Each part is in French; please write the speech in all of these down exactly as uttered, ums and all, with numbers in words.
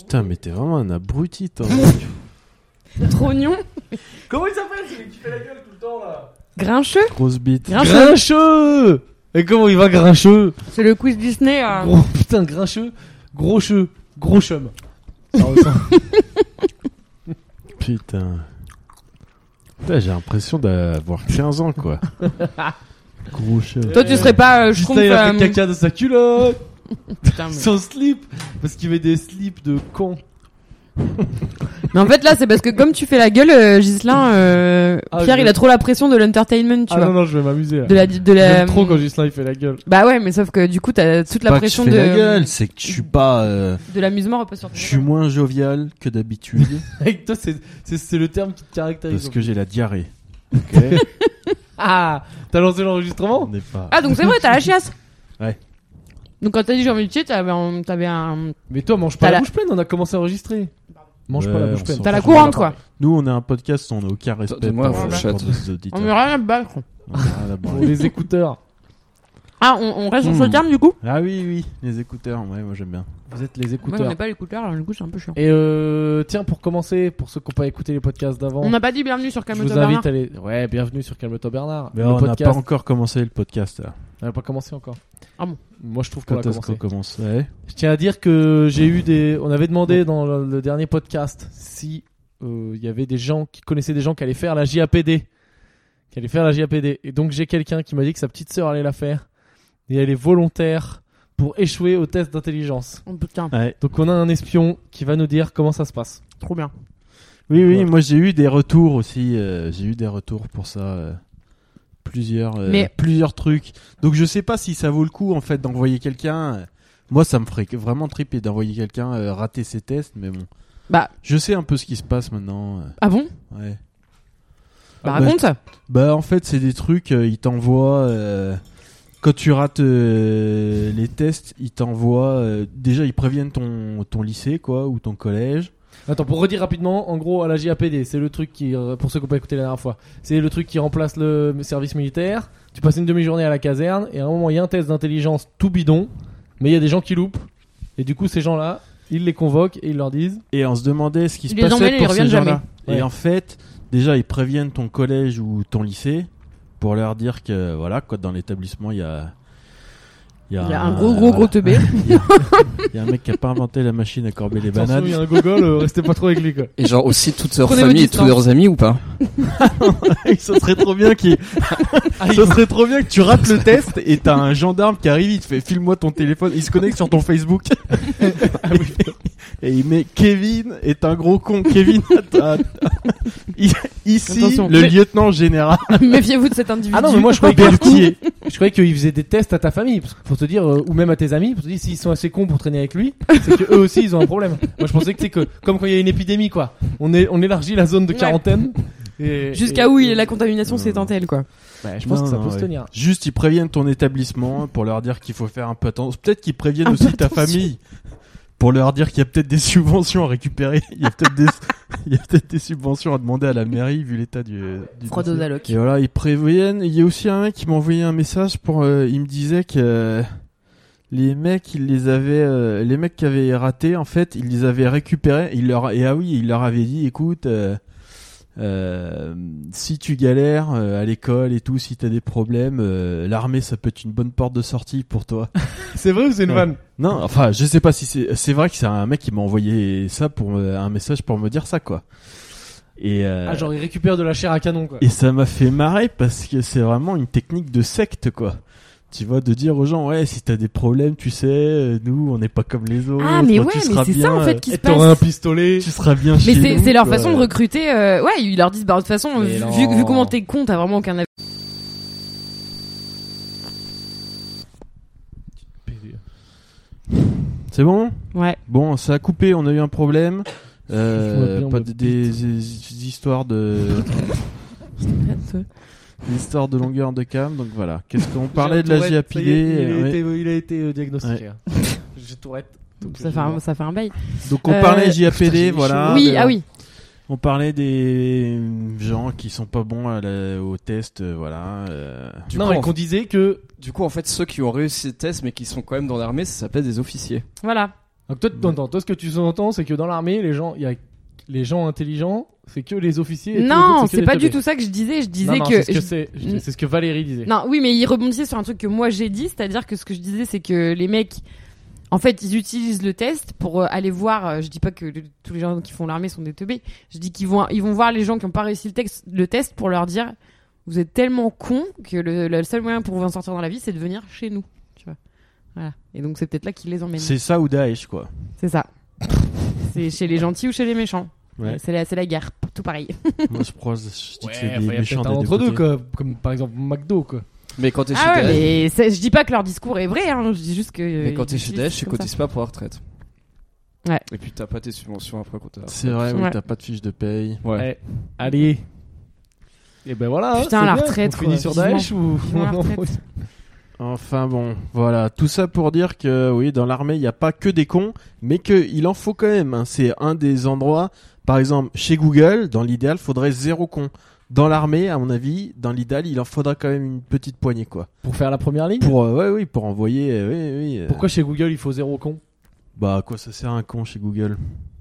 Putain, mais t'es vraiment un abruti, toi. Trognon. Comment il s'appelle celui qui fait la gueule tout le temps là? Grincheux. Grosse bite. Grincheux. Grincheux. Et comment il va Grincheux? C'est le quiz Disney. Euh... Gros putain Grincheux, gros cheux, gros chum. Ça ressemble. Putain. Putain, j'ai l'impression d'avoir quinze ans, quoi. Gros chien. Toi, tu serais pas, euh, je trouve. Putain, il a euh, fait caca de sa culotte. Putain, mais... Son slip. Parce qu'il met des slips de con. mais en fait, là, c'est parce que comme tu fais la gueule, euh, Ghislain, euh, Ah, Pierre, je- il a trop la pression de l'entertainment, tu Ah vois. non, non, je vais m'amuser là. De la, de la. J'aime trop quand Gislain il fait la gueule. Bah ouais, mais sauf que du coup, t'as toute la Pas que pression je de. fais la gueule, c'est que je suis pas. euh, De l'amusement repose sur. Je suis moins jovial que d'habitude Avec toi, c'est, c'est, c'est le terme qui te caractérise. parce que j'ai la diarrhée. Ah, t'as lancé l'enregistrement? On n'est pas. Ah, donc c'est vrai, t'as la chiasse. Ouais. Donc quand t'as dit j'ai envie de chier, t'avais un, t'avais un. Mais toi, mange pas T'as la la- bouche pleine, on a commencé à enregistrer. Mange pas la Ouais, bouche on pleine. s'en T'as la fout. courante, quoi. Nous, on est un podcast, on n'a aucun respect Donne-moi pour, la euh, fourchette. pour nos On auditeurs. met rien à battre. On a rien à Pour branler. les écouteurs. Ah, on, on reste sur ce Hmm. terme du coup. Ah oui, oui, les écouteurs, ouais, moi j'aime bien. Vous êtes les Ouais, on écouteurs. n'est pas l'écouteur, alors du coup c'est un peu chiant. Et euh, tiens, pour commencer, pour ceux qui n'ont pas écouté les podcasts d'avant, On n'a pas dit bienvenue sur je Calme-toi vous Bernard. invite à aller. Ouais, bienvenue sur Calme-toi Bernard. Mais le on n'a podcast. pas encore commencé le podcast là. On n'a pas commencé encore. Ah bon? Moi, je trouve qu'on Quand a est-ce qu'on commencé. commence? Ouais. Je tiens à dire que j'ai eu des. On avait demandé dans le, le dernier podcast si euh, il y avait des gens qui connaissaient des gens qui allaient faire la J A P D, qui allaient faire la J A P D. Et donc j'ai quelqu'un qui m'a dit que sa petite sœur allait la faire et elle est volontaire pour échouer au test d'intelligence. Oh putain, Ouais. Donc on a un espion qui va nous dire comment ça se passe. trop bien. Oui, oui, Ouais. moi j'ai eu des retours aussi. euh, j'ai eu des retours pour ça. euh, plusieurs, euh, Mais- plusieurs trucs. Donc je sais pas si ça vaut le coup en fait d'envoyer quelqu'un. euh, Moi, ça me ferait que- vraiment triper d'envoyer quelqu'un euh, rater ses tests, mais bon. Bah, Je sais un peu ce qui se passe maintenant. euh, ah bon? Ouais. Bah, Ah, bah, raconte ça. Bah en fait c'est des trucs, euh, ils t'envoient euh, quand tu rates euh, les tests, ils t'envoient euh, déjà ils préviennent ton ton lycée quoi ou ton collège. Attends, pour redire rapidement, en gros, à la J A P D, c'est le truc qui, euh, pour ceux qui n'ont pas écouté la dernière fois, c'est le truc qui remplace le service militaire. Tu passes une demi-journée à la caserne et à un moment il y a un test d'intelligence tout bidon, mais il y a des gens qui loupent et du coup ces gens-là, ils les convoquent et ils leur disent. Et on se demandait ce qui Ils se les passait emmènent et pour ils ces reviennent gens-là. jamais. Et Ouais. en fait, déjà ils préviennent ton collège ou ton lycée pour leur dire que voilà quoi dans l'établissement il y a Il y a un gros, gros, gros teubé. Il y a un mec qui a pas inventé la machine à corber les Attention, bananes. il y a un gogol, euh, restez pas trop avec lui quoi. Et genre aussi toute leur Prenez vos famille et tous distances. leurs amis ou pas? Ça serait trop bien qu'il Ça serait trop bien que tu rates le test et t'as un gendarme qui arrive, il te fait file-moi ton téléphone, il se connecte sur ton Facebook. Et il met Kevin est un gros con. Kevin a- a- I- ici Attention. le Mais- lieutenant général Méfiez-vous de cet individu. Ah non, mais moi je croyais que du coup, Berthier. je croyais qu'ils faisaient des tests à ta famille parce que pour te dire, euh, ou même à tes amis, pour te dire s'ils sont assez cons pour traîner avec lui, c'est que eux aussi ils ont un problème. Moi je pensais que c'est que comme quand il y a une épidémie quoi, on est on élargit la zone de Ouais. quarantaine. Et, Jusqu'à et- où il et- est la contamination, c'est Non. un tel quoi. Ouais, je pense Non, que ça non, peut se ouais. tenir. Juste ils préviennent ton établissement pour leur dire qu'il faut faire un peu attention. Peut-être qu'ils préviennent Un aussi peu ta attention. famille pour leur dire qu'il y a peut-être des subventions à récupérer. Il y a peut-être des il y a peut-être des subventions à demander à la mairie vu l'état du, du Fraude aux dossier. allocs. Et voilà, ils préviennent. Il y a aussi un mec qui m'a envoyé un message pour. euh, il me disait que euh, les mecs, ils les avaient, euh, les mecs qui avaient raté, en fait, ils les avaient récupérés. Il leur et ah oui, il leur avait dit, écoute, euh, euh, si tu galères euh, à l'école et tout, si t'as des problèmes, euh, l'armée, ça peut être une bonne porte de sortie pour toi. C'est vrai ou c'est une Ouais. vanne? Non, enfin, je sais pas si c'est. C'est vrai que c'est un mec qui m'a envoyé ça pour me- un message pour me dire ça, quoi. Et euh, Ah genre ils récupèrent de la chair à canon quoi. et ça m'a fait marrer parce que c'est vraiment une technique de secte, quoi. Tu vois, de dire aux gens, ouais, si t'as des problèmes, tu sais, euh, nous, on n'est pas comme les autres. Ah mais tu ouais, mais seras c'est bien, ça en euh, fait qui se Et t'auras un passe. pistolet. Tu seras bien Mais chez c'est nous, c'est leur quoi. façon de recruter. euh, Ouais, ils leur disent bah de toute façon, Mais vu, non. vu vu comment t'es con, t'as vraiment aucun avis. C'est bon? Ouais. Bon, ça a coupé, on a eu un problème. Je Euh, vois bien pas ma de- des, des histoires de des histoires de longueur de cam, donc voilà. Qu'est-ce qu'on parlait de la J A P D? Ça y est, il, a ouais. été, il a été euh, diagnostiqué. hein. J'ai Tourette. donc Ça je fait un, vais ça fait un bail. Donc on Euh, parlait J A P putain, j'ai D, les voilà. oui, de- ah oui. On parlait des gens qui sont pas bons à la- au test, euh, voilà. euh. Du non, coup, et en qu'on disait que Du coup, en fait, ceux qui ont réussi le test mais qui sont quand même dans l'armée, ça s'appelle des officiers. Voilà. Donc toi, t- attends, toi, ce que tu entends, c'est que dans l'armée, les gens, il y a les gens intelligents, c'est que les officiers. Et tous les Non, autres, que c'est des pas du teubés. tout ça que je disais. Je disais Non, non, que. c'est ce que je- c'est. je- C'est ce que Valérie disait. Non, oui, mais il rebondissait sur un truc que moi j'ai dit, c'est-à-dire que ce que je disais, c'est que les mecs, en fait, ils utilisent le test pour euh, aller voir. euh, je dis pas que le- tous les gens qui font l'armée sont des teubés. Je dis qu'ils vont, ils vont voir les gens qui ont pas réussi le, texte, le test pour leur dire, vous êtes tellement cons que le, le seul moyen pour vous en sortir dans la vie, c'est de venir chez nous. Tu vois. Voilà. Et donc c'est peut-être là qu'ils les emmènent. C'est ça ou Daesh, quoi. C'est ça. C'est chez les gentils ou chez les méchants. Ouais. C'est la, c'est la guerre, tout pareil. Moi, je croise, je dis Ouais, que c'est enfin, des il y a méchants peut-être un des entre deux deux, côtés. quoi. Comme par exemple McDo, quoi. Mais quand t'es chez Ah ouais, Daesh, mais c'est- je dis pas que leur discours est vrai, hein. Je dis juste que. mais quand ils t'es chez utilisent Daesh, tu comme ça. cotises pas pour la retraite. Ouais. Et puis t'as pas tes subventions après quand t'as. C'est vrai, oui, Ouais. t'as pas de fiche de paye. Ouais. Eh, allez. Et ben voilà. hein, Putain, c'est la bien. retraite, On finit quoi. sur Vivement. Daesh ou Vivement la retraite. Enfin bon, voilà, tout ça pour dire que oui, dans l'armée, il n'y a pas que des cons, mais qu'il en faut quand même. Hein. C'est un des endroits, par exemple, chez Google, dans l'idéal, faudrait zéro con. Dans l'armée, à mon avis, dans l'idéal, il en faudra quand même une petite poignée, quoi. Pour faire la première ligne. Pour, euh, ouais, oui, pour envoyer, euh, oui, oui. euh, Pourquoi chez Google il faut zéro con? Bah, à quoi ça sert un con chez Google?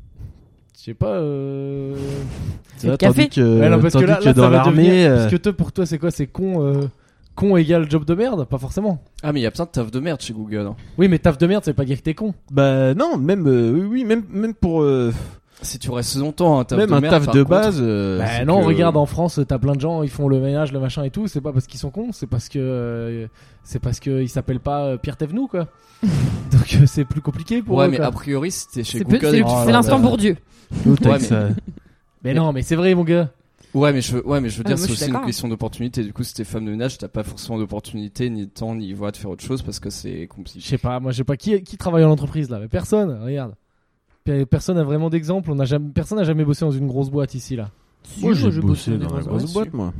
Je sais pas. Euh... C'est le tandis café. que, Ouais, non, parce que tandis là, que là, ça dans va l'armée, devenir- euh, Parce que toi, pour toi, c'est quoi? C'est con, euh, con égale job de merde? Pas forcément. Ah, mais il y a plein de taf de merde chez Google. Hein. Oui, mais taf de merde, ça veut pas dire que t'es con. bah non, même, euh, oui, oui, même, même pour, euh, Si tu restes longtemps, un taf même de un merde. taf par de contre- base. euh, Bah c'est non, que- regarde, en France, t'as plein de gens, ils font le ménage, le machin et tout. C'est pas parce qu'ils sont cons, c'est parce que euh, c'est parce que ils s'appellent pas euh, Pierre Thévenoud, quoi. Donc euh, c'est plus compliqué pour Ouais, eux, mais quoi. a priori, si t'es chez C'est peu- Google. c'est et que tu Oh c'est fais là l'instant là. Bourdieu. L'autre Ouais, avec mais- ça. Mais non, mais c'est vrai, mon gars. Ouais, mais je veux, ouais, mais je veux Ah, dire, moi, c'est je suis aussi une d'accord. question d'opportunité. Du coup, si t'es femme de ménage, t'as pas forcément d'opportunité, ni de temps, ni voie de faire autre chose parce que c'est Je compliqué. sais pas, moi je sais pas qui, qui travaille en entreprise là, mais personne, regarde. Pe- Personne n'a vraiment d'exemple, on a jamais, personne n'a jamais bossé dans une grosse boîte ici là. Moi, j'ai je bossé bosse dans dans la des grosse grosses boîte, moi.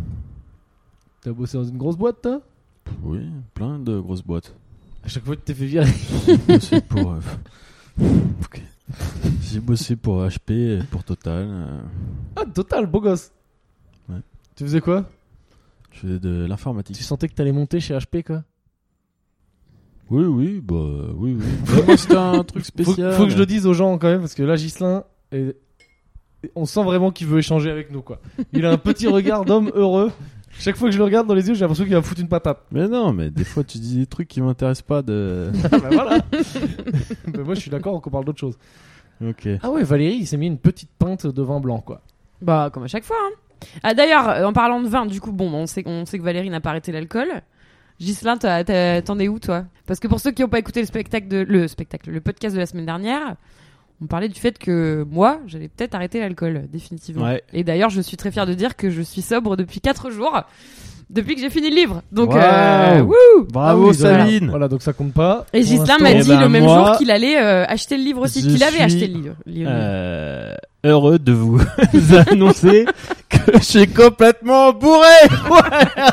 T'as bossé dans une grosse boîte toi? Oui, plein de grosses boîtes. À chaque fois que t'es fait virer. J'ai bossé pour. euh, ok. J'ai bossé pour H P, pour Total. euh, Ah, total, beau gosse. Ouais. Tu faisais quoi? Je faisais de l'informatique. Tu sentais que t'allais monter chez H P quoi? Oui, oui, bah oui, oui. Bah, moi, c'était un truc Faut, spécial. faut que je le dise aux gens quand même, parce que là, Ghislain, est- on sent vraiment qu'il veut échanger avec nous quoi. Il a un petit regard d'homme heureux. Chaque fois que je le regarde dans les yeux, j'ai l'impression qu'il va me foutre une patate. Mais non, mais des fois, tu dis des trucs qui m'intéressent pas de. Ah bah voilà. Mais moi, je suis d'accord qu'on parle d'autre chose. Ok. Ah ouais, Valérie, il s'est mis une petite pinte de vin blanc quoi. Bah, comme à chaque fois. Hein. Ah, d'ailleurs, euh, en parlant de vin, du coup, bon, on sait, on sait que Valérie n'a pas arrêté l'alcool. Ghislain, t'as- t'as- t'en es où, toi? Parce que pour ceux qui n'ont pas écouté le spectacle, de, le spectacle, le podcast de la semaine dernière, on parlait du fait que moi, j'allais peut-être arrêter l'alcool, définitivement. Ouais. Et d'ailleurs, je suis très fière de dire que je suis sobre depuis quatre jours, depuis que j'ai fini le livre. Donc, Waouh. euh, wouh! Bravo, Ah oui, voilà. Sabine. Voilà, donc ça compte pas. Et Pour Ghislain l'instant. m'a Eh dit ben, le même moi, jour qu'il allait euh, acheter le livre aussi, je qu'il avait suis, acheté le livre. le livre. Euh, heureux de vous annoncer que je suis complètement bourré. Ouais.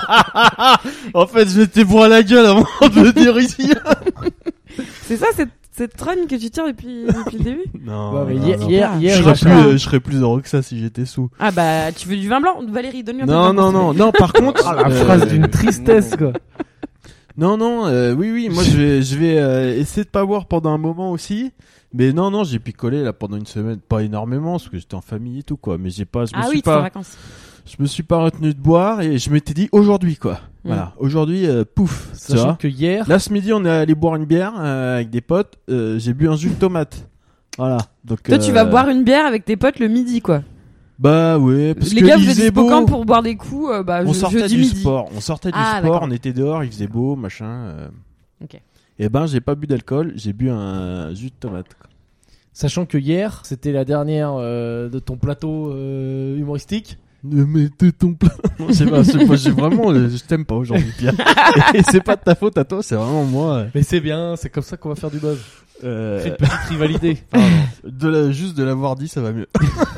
En fait, je m'étais bourré la gueule avant de venir ici. C'est ça, cette, cette trogne que tu tires depuis, depuis le début? Non, Ouais, mais non, hier, non. hier, Je hier, serais machin. plus, euh, je serais plus heureux que ça si j'étais sous. Ah bah, tu veux du vin blanc? Valérie, donne-lui un peu de Non, vin non, blanc. non, non. Par contre, Ah, la euh, phrase d'une tristesse quoi. Non, non, euh, oui, oui, moi je vais, je vais euh, essayer de pas boire pendant un moment aussi. Mais non, non, j'ai picolé là pendant une semaine, pas énormément parce que j'étais en famille et tout quoi. Mais j'ai pas, je me Ah suis oui, t'es en pas, vacances. je me suis pas retenu de boire et je m'étais dit aujourd'hui quoi. Mm. Voilà, aujourd'hui, euh, pouf, tu Sachant vois. que hier, Là ce midi, on est allé boire une bière euh, avec des potes. Euh, j'ai bu un jus de tomate. Voilà. Donc. Toi, euh, tu vas boire une bière avec tes potes le midi, quoi. Bah ouais, parce Les que gars, il vous êtes faisait dispo beau. quand pour boire des coups? euh, bah, On je, sortait jeudi du midi. sport, on sortait du Ah, sport, d'accord. on était dehors, il faisait beau, machin. euh. Ok. Et ben, j'ai pas bu d'alcool, j'ai bu un jus de tomate. quoi. sachant que hier, c'était la dernière euh, de ton plateau euh, humoristique. Ne mettez ton plat. Non, je sais pas, c'est pas, j'ai vraiment, euh, je t'aime pas aujourd'hui, Pierre. Et c'est pas de ta faute à toi, c'est vraiment moi. Mais c'est bien, c'est comme ça qu'on va faire du buzz. Euh, Fait une petite rivalité. de la, juste de l'avoir dit, ça va mieux.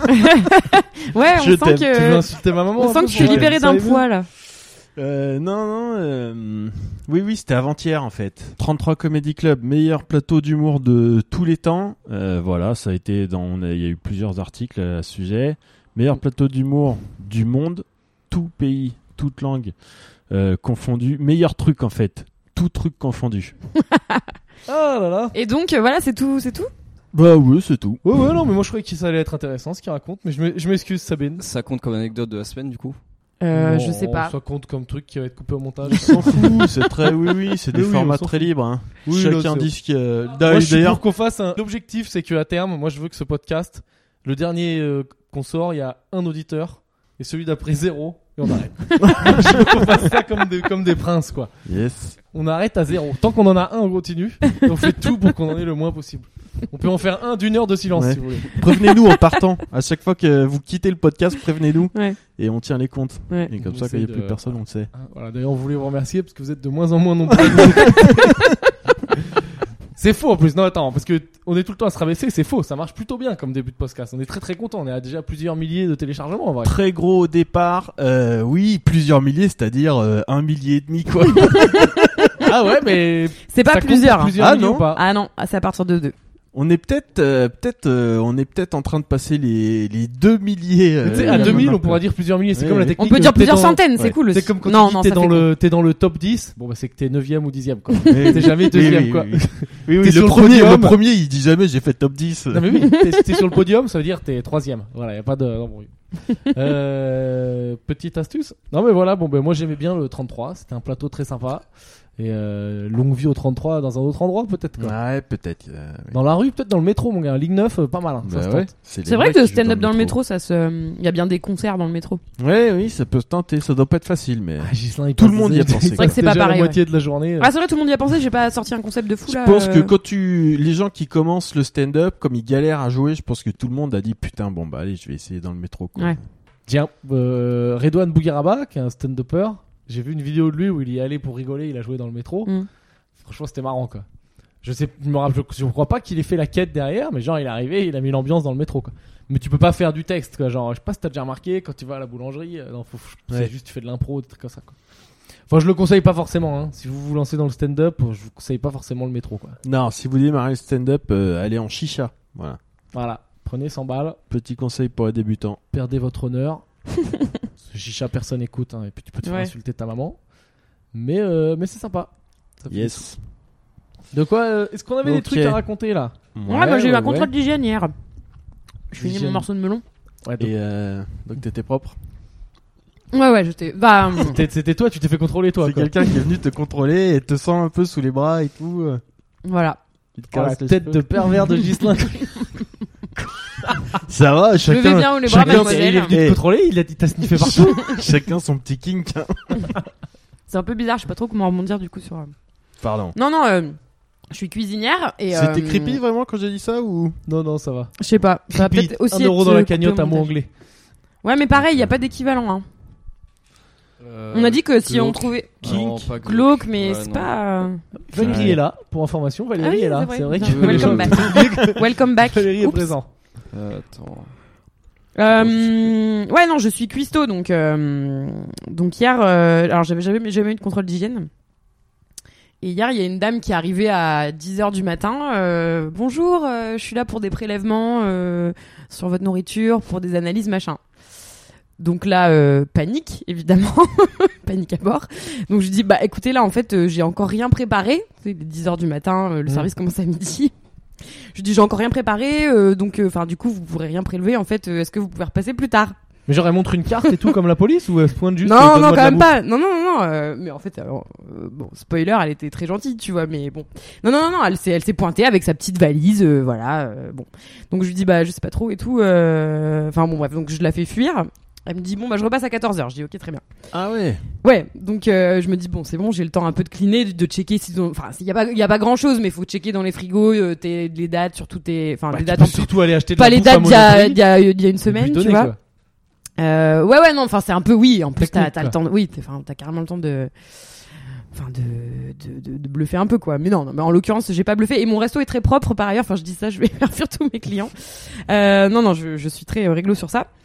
Ouais, on Je sent t'aime. Tu veux que, insulter ma maman on un sent peu que je suis pour- libéré ça d'un va mieux poids, là. Euh, non, non, euh, oui, oui, c'était avant-hier en fait. trente-trois Comedy Club, meilleur plateau d'humour de tous les temps. Euh, voilà, ça a été dans, on a- il y a eu plusieurs articles à ce sujet. Meilleur plateau d'humour du monde, tout pays, toute langue euh, confondu. Meilleur truc en fait, tout truc confondu. Ah là là. Et donc, euh, voilà, c'est tout, c'est tout. Bah oui, c'est tout. Ouais, ouais, non, mais moi je croyais que ça allait être intéressant ce qu'il raconte, mais je m'e- je m'excuse, Sabine. Ça compte comme anecdote de la semaine, du coup. Euh, Non, je sais pas. Ça compte comme truc qui va être coupé au montage. On s'en fout, c'est très, oui, oui, c'est des Oui, oui, formats on s'en très fout. libres. Hein. Oui, Chacun là, c'est- dit ce qu'il euh, Moi, je suis d'ailleurs. pour qu'on fasse un. L'objectif, c'est qu'à terme, moi, je veux que ce podcast, le dernier euh, qu'on sort, il y a un auditeur, et celui d'après zéro, et on arrête. Je veux qu'on fasse ça comme des, comme des princes, quoi. Yes. On arrête à zéro. Tant qu'on en a un, on continue. Et on fait tout pour qu'on en ait le moins possible. On peut en faire un d'une heure de silence, Ouais. si vous voulez. Prévenez-nous en partant. À chaque fois que vous quittez le podcast, prévenez-nous Ouais. et on tient les comptes. Ouais. Et comme On ça, quand il n'y a essaie plus de- personne, on le sait. Hein, Voilà, d'ailleurs, on voulait vous remercier parce que vous êtes de moins en moins nombreux. C'est faux en plus. Non, attends, parce que on est tout le temps à se rabaisser. C'est faux. Ça marche plutôt bien comme début de podcast. On est très très content. On est à déjà plusieurs milliers de téléchargements en vrai. Très gros au départ, euh, oui, plusieurs milliers, c'est-à-dire euh, un millier et demi, quoi. Ah ouais, mais C'est pas ça compte plusieurs. pour plusieurs Ah millions non. ou pas. Ah non, ah, c'est à partir de deux. On est peut-être, euh, peut-être, euh, on est peut-être en train de passer les les deux milliers. Mais tu sais, euh, à la deux mille, marque. on pourra dire plusieurs milliers. C'est Ouais, comme la ouais. technique. On peut de- dire t'es plusieurs dans- centaines, c'est ouais. cool C'est aussi. comme quand non, tu non, dis t'es ça dans fait le t'es dans le top dix. Bon bah c'est que t'es neuvième ou dixième quoi. Oui. T'es jamais Oui, deuxième oui, quoi. Oui, oui, oui, T'es sur le le premier, podium. le premier, il dit jamais j'ai fait top dix. Non mais oui, t'es, t'es sur le podium, ça veut dire t'es troisième. Voilà, y a pas de d'embrouille. euh, petite astuce. Non mais voilà, bon ben moi j'aimais bien le trente-trois. C'était un plateau très sympa. Et euh, longue vie au trente-trois dans un autre endroit peut-être quoi. Ouais, peut-être. euh, oui. Dans la rue, peut-être dans le métro mon gars. Ligne neuf, euh, pas mal. Hein, ça Bah se ouais, tente. c'est les C'est vrai mecs que le qui jouent stand-up dans le métro, ça se. Il y a bien des concerts dans le métro. Ouais, oui, ça peut se tenter. Ça doit pas être facile, mais. Ah, Ghislain, il Tout le passe monde des- y a pensé. il C'est vrai que passe c'est pas déjà pareil, la moitié de la journée. euh. Ah, c'est vrai, tout le monde y a pensé. J'ai pas sorti un concept de fou Je là. pense euh, que quand tu, les gens qui commencent le stand-up, comme ils galèrent à jouer, je pense que tout le monde a dit putain bon bah allez, je vais essayer dans le métro. Quoi. Ouais. Tiens, euh, Redouane Bougueraba, qui est un stand-upper, j'ai vu une vidéo de lui où il y est allé pour rigoler, il a joué dans le métro. Mm. Franchement, c'était marrant quoi. Je sais, je me rappelle, je, je crois pas qu'il ait fait la quête derrière, mais genre il est arrivé, il a mis l'ambiance dans le métro quoi. Mais tu peux pas faire du texte quoi, genre je sais pas si t'as déjà remarqué quand tu vas à la boulangerie, euh, non, faut, c'est Ouais. juste tu fais de l'impro, des trucs comme ça quoi. Enfin, je le conseille pas forcément. Hein. Si vous vous lancez dans le stand-up, je vous conseille pas forcément le métro quoi. Non, si vous démarrez le stand-up, euh, allez en chicha. Voilà. Voilà, prenez cent balles, Petit conseil pour les débutants. perdez votre honneur. Ce chicha, personne écoute, hein, et puis tu peux te faire Ouais. insulter ta maman. Mais, euh, mais c'est sympa. Ça fait Yes. De quoi euh, est-ce qu'on avait des Ok. trucs à raconter là? Ouais, moi j'ai eu un ouais, contrôle ouais. d'hygiène hier. Je finis mon D'hygiène. morceau de melon. Ouais, donc, Et euh, donc t'étais propre. Ouais, ouais, j'étais. Bah. hum, c'était, c'était toi, tu t'es fait contrôler toi. C'est Quoi. quelqu'un qui est venu te contrôler et te sent un peu sous les bras et tout. euh, voilà. Il te Oh, la caresse les tête cheveux. de pervers de Ghislain. Ça va, Je vais chacun. bien où les bras, chacun- il est mademoiselle. venu te Eh. contrôler, il a dit t'as sniffé partout. Chacun son petit kink. hein. C'est un peu bizarre, je sais pas trop comment rebondir du coup sur. euh, Pardon. Non, non, euh, je suis cuisinière et. C'était euh, creepy vraiment quand j'ai dit ça ou Non, non, ça va. Je sais pas. Ça va Creepy, peut-être aussi un euro être, dans euh, la coupé cagnotte au à mot montage. anglais. Ouais, mais pareil, y a pas d'équivalent. Hein. Euh, On a dit que si on glauque. trouvait Non, Kink, pas glauque, mais Ouais, c'est non. pas. euh, Valérie Ouais. est là, pour information. Valérie Ah oui, est là. c'est vrai. C'est vrai Bien. que Welcome back. Welcome back. Valérie est Oups. présent. Euh, attends. Euh, ouais, non, je suis cuistot, donc euh, donc hier, euh, alors j'avais jamais jamais eu de contrôle d'hygiène. Et hier, il y a une dame qui est arrivée à dix heures du matin. Euh, Bonjour, euh, je suis là pour des prélèvements euh, sur votre nourriture, pour des analyses, machin. Donc là, euh, panique, évidemment. Panique à bord. Donc je dis, bah écoutez, là, en fait, euh, j'ai encore rien préparé. C'est dix heures du matin, euh, le Mmh. service commence à midi. Je dis, j'ai encore rien préparé, euh, donc, enfin, du coup, vous pourrez rien prélever. En fait, euh, est-ce que vous pouvez repasser plus tard? Mais genre, elle montre une carte et tout comme la police ou elle se pointe juste euh, Non, donne-moi non, de quand la même bouffe. pas. Non, non, non, non. euh, mais en fait, alors, euh, bon, spoiler, elle était très gentille, tu vois. Mais bon, non, non, non, non. Elle s'est, elle s'est pointée avec sa petite valise, euh, voilà. euh, bon, donc je lui dis, bah, je sais pas trop et tout. euh, Enfin bon, bref, donc je la fais fuir. Elle me dit, bon, bah, je repasse à quatorze heures. Je dis, ok, très bien. Ah ouais. Ouais, donc euh, je me dis, bon, c'est bon, j'ai le temps un peu de cleaner, de, de checker si. Enfin, il y a pas, il y a pas grand chose, mais il faut checker dans les frigos euh, tes, les dates, surtout tes. Enfin, Bah, les tu dates peux en plus. surtout aller acheter de Pas la les bouffe à dates d'il y a, Monoprix il y a, il y a une et semaine, lui tu donner, vois. quoi. Euh, ouais, ouais, non, enfin, c'est un peu, oui, en plus, t'as, Technique, t'as le quoi. temps, de, oui, t'as, enfin, t'as carrément le temps de, enfin, de, de, de, de bluffer un peu, quoi. Mais non, non, mais en l'occurrence, j'ai pas bluffé. Et mon resto est très propre, par ailleurs. Enfin, je dis ça, je vais faire fuir tous mes clients. Euh, non, non, je, je suis très euh, réglo sur ça.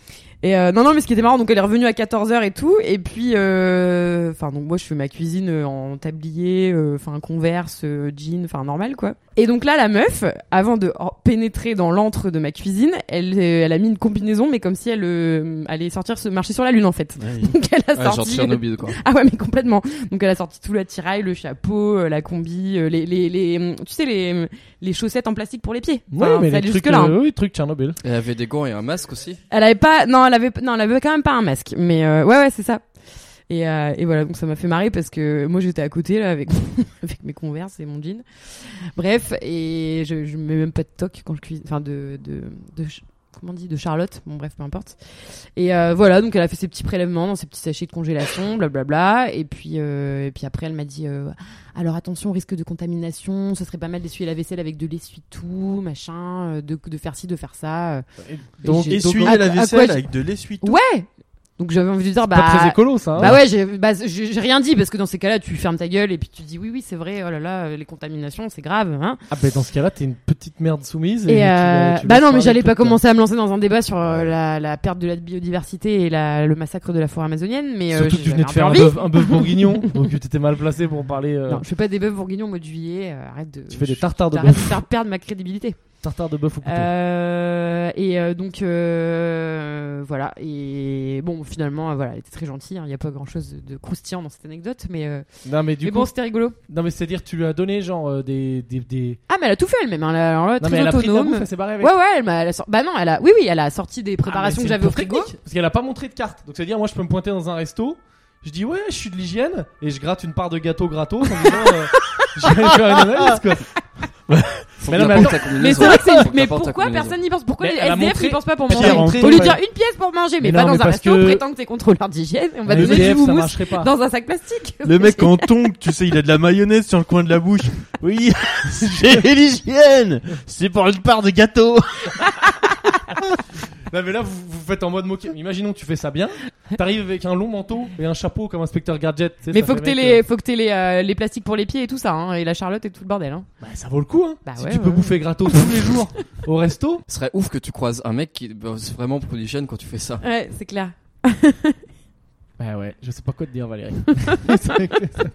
Et euh, non non mais ce qui était marrant, donc elle est revenue à quatorze heures et tout, et puis euh, enfin donc moi je fais ma cuisine euh, en tablier, enfin euh, Converse, euh, jean, enfin normal quoi. Et donc là la meuf, avant de pénétrer dans l'antre de ma cuisine, elle elle a mis une combinaison mais comme si elle euh, allait sortir se marcher sur la lune en fait. Ouais. Donc elle a Ouais, sorti genre Tchernobyl, quoi. Ah ouais mais complètement. Donc elle a sorti tout l'attirail, le chapeau, euh, la combi, euh, les les les tu sais les les chaussettes en plastique pour les pieds. Ouais, Enfin, mais ça les allait trucs, jusque-là, hein. euh, oui, trucs Tchernobyl. Elle avait des gants et un masque aussi. Elle avait pas, non, elle avait, non, elle avait quand même pas un masque, mais euh, ouais, ouais, c'est ça. Et, euh, et voilà, donc ça m'a fait marrer parce que moi j'étais à côté là avec avec mes Converse et mon jean. Bref, et je, je mets même pas de toque quand je cuisine, enfin de de de comment on dit, de Charlotte. Bon bref, peu importe. Et euh, voilà, donc elle a fait ses petits prélèvements dans ses petits sachets de congélation, blablabla. Et puis euh, et puis après elle m'a dit euh, alors attention, risque de contamination, ce serait pas mal d'essuyer la vaisselle avec de l'essuie-tout, machin, de de faire ci, de faire ça. Donc, j'ai- essuyer à- la à quoi vaisselle j'ai- avec de l'essuie-tout. Ouais. Donc j'avais envie de dire bah Pas très écolo, ça. Hein. bah ouais, j'ai bah, j'ai j'ai rien dit parce que dans ces cas-là, tu fermes ta gueule et puis tu dis oui oui, c'est vrai, oh là là, les contaminations, c'est grave, hein. Ah bah dans ce cas-là, t'es une petite merde soumise. Et tu euh, vas- tu bah vas non, mais faire j'allais des pas trucs, quoi. commencer à me lancer dans un débat sur euh, la, la perte de la biodiversité et la, le massacre de la forêt amazonienne, mais euh, Surtout que tu j'avais venais de un faire un peu envie. bœuf, un bœuf bourguignon, donc t'étais mal placé pour parler. Euh, Non, je fais pas des bœufs bourguignons au mois de juillet, euh, arrête de. Tu fais des je- tartares de t'arrêtes bœuf. de faire perdre ma crédibilité. Tartare de bœuf au couteau. Euh, et euh, donc euh, voilà, et bon finalement euh, voilà, elle était très gentille, il n'y a pas grand chose de croustillant dans cette anecdote, mais, euh, Non mais du mais coup, bon c'était rigolo. non mais c'est-à-dire tu lui as donné genre euh, des des des. Ah mais elle a tout fait elle-même, hein, elle a- alors là, Non très mais elle a pris de la autonome. bouffe, elle s'est barrée avec. Ouais ouais, elle m'a, elle a sor- bah non, elle a, oui oui, elle a sorti des préparations Ah, mais que c'est j'avais une au frigo. technique, parce qu'elle a pas montré de carte. Donc c'est à dire moi je peux me pointer dans un resto, je dis ouais je suis de l'hygiène et je gratte une part de gâteau gratos en disant euh, je vais faire une analyse quoi. Faut Mais que non, mais t'apportes attends, ta combinaison. Mais c'est vrai que Faut c'est, que mais t'apportes ta pourquoi combinaison. personne n'y pense? Pourquoi Mais les elle a S D F montré- n'y pensent pas pour Pierre manger? entrée, Au lieu de ouais. dire une pièce pour manger, mais, Mais pas non, dans mais un parce resto, que- prétend que t'es contrôleur d'hygiène, on va Un donner S D du F ça houmous marcherait pas. dans un sac plastique. Le mec en tongue, tu sais, il a de la mayonnaise sur le coin de la bouche. Oui, j'ai l'hygiène. C'est pour une part de gâteau. Non mais là vous vous faites en mode moqué. Imaginons que tu fais ça bien, t'arrives avec un long manteau et un chapeau comme inspecteur Gadget. tu sais, Mais ça faut fait que t'aies mec, les, euh, faut que t'aies les, euh, les plastiques pour les pieds et tout ça, hein, et la Charlotte et tout le bordel, hein. Bah ça vaut le coup hein. Bah si ouais, tu peux ouais. bouffer gratos tous les jours au resto. Ce serait ouf que tu croises un mec qui bosse vraiment pour l'hygiène quand tu fais ça. Ouais, c'est clair. Bah ouais, je sais pas quoi te dire Valérie. C'est vrai que ça-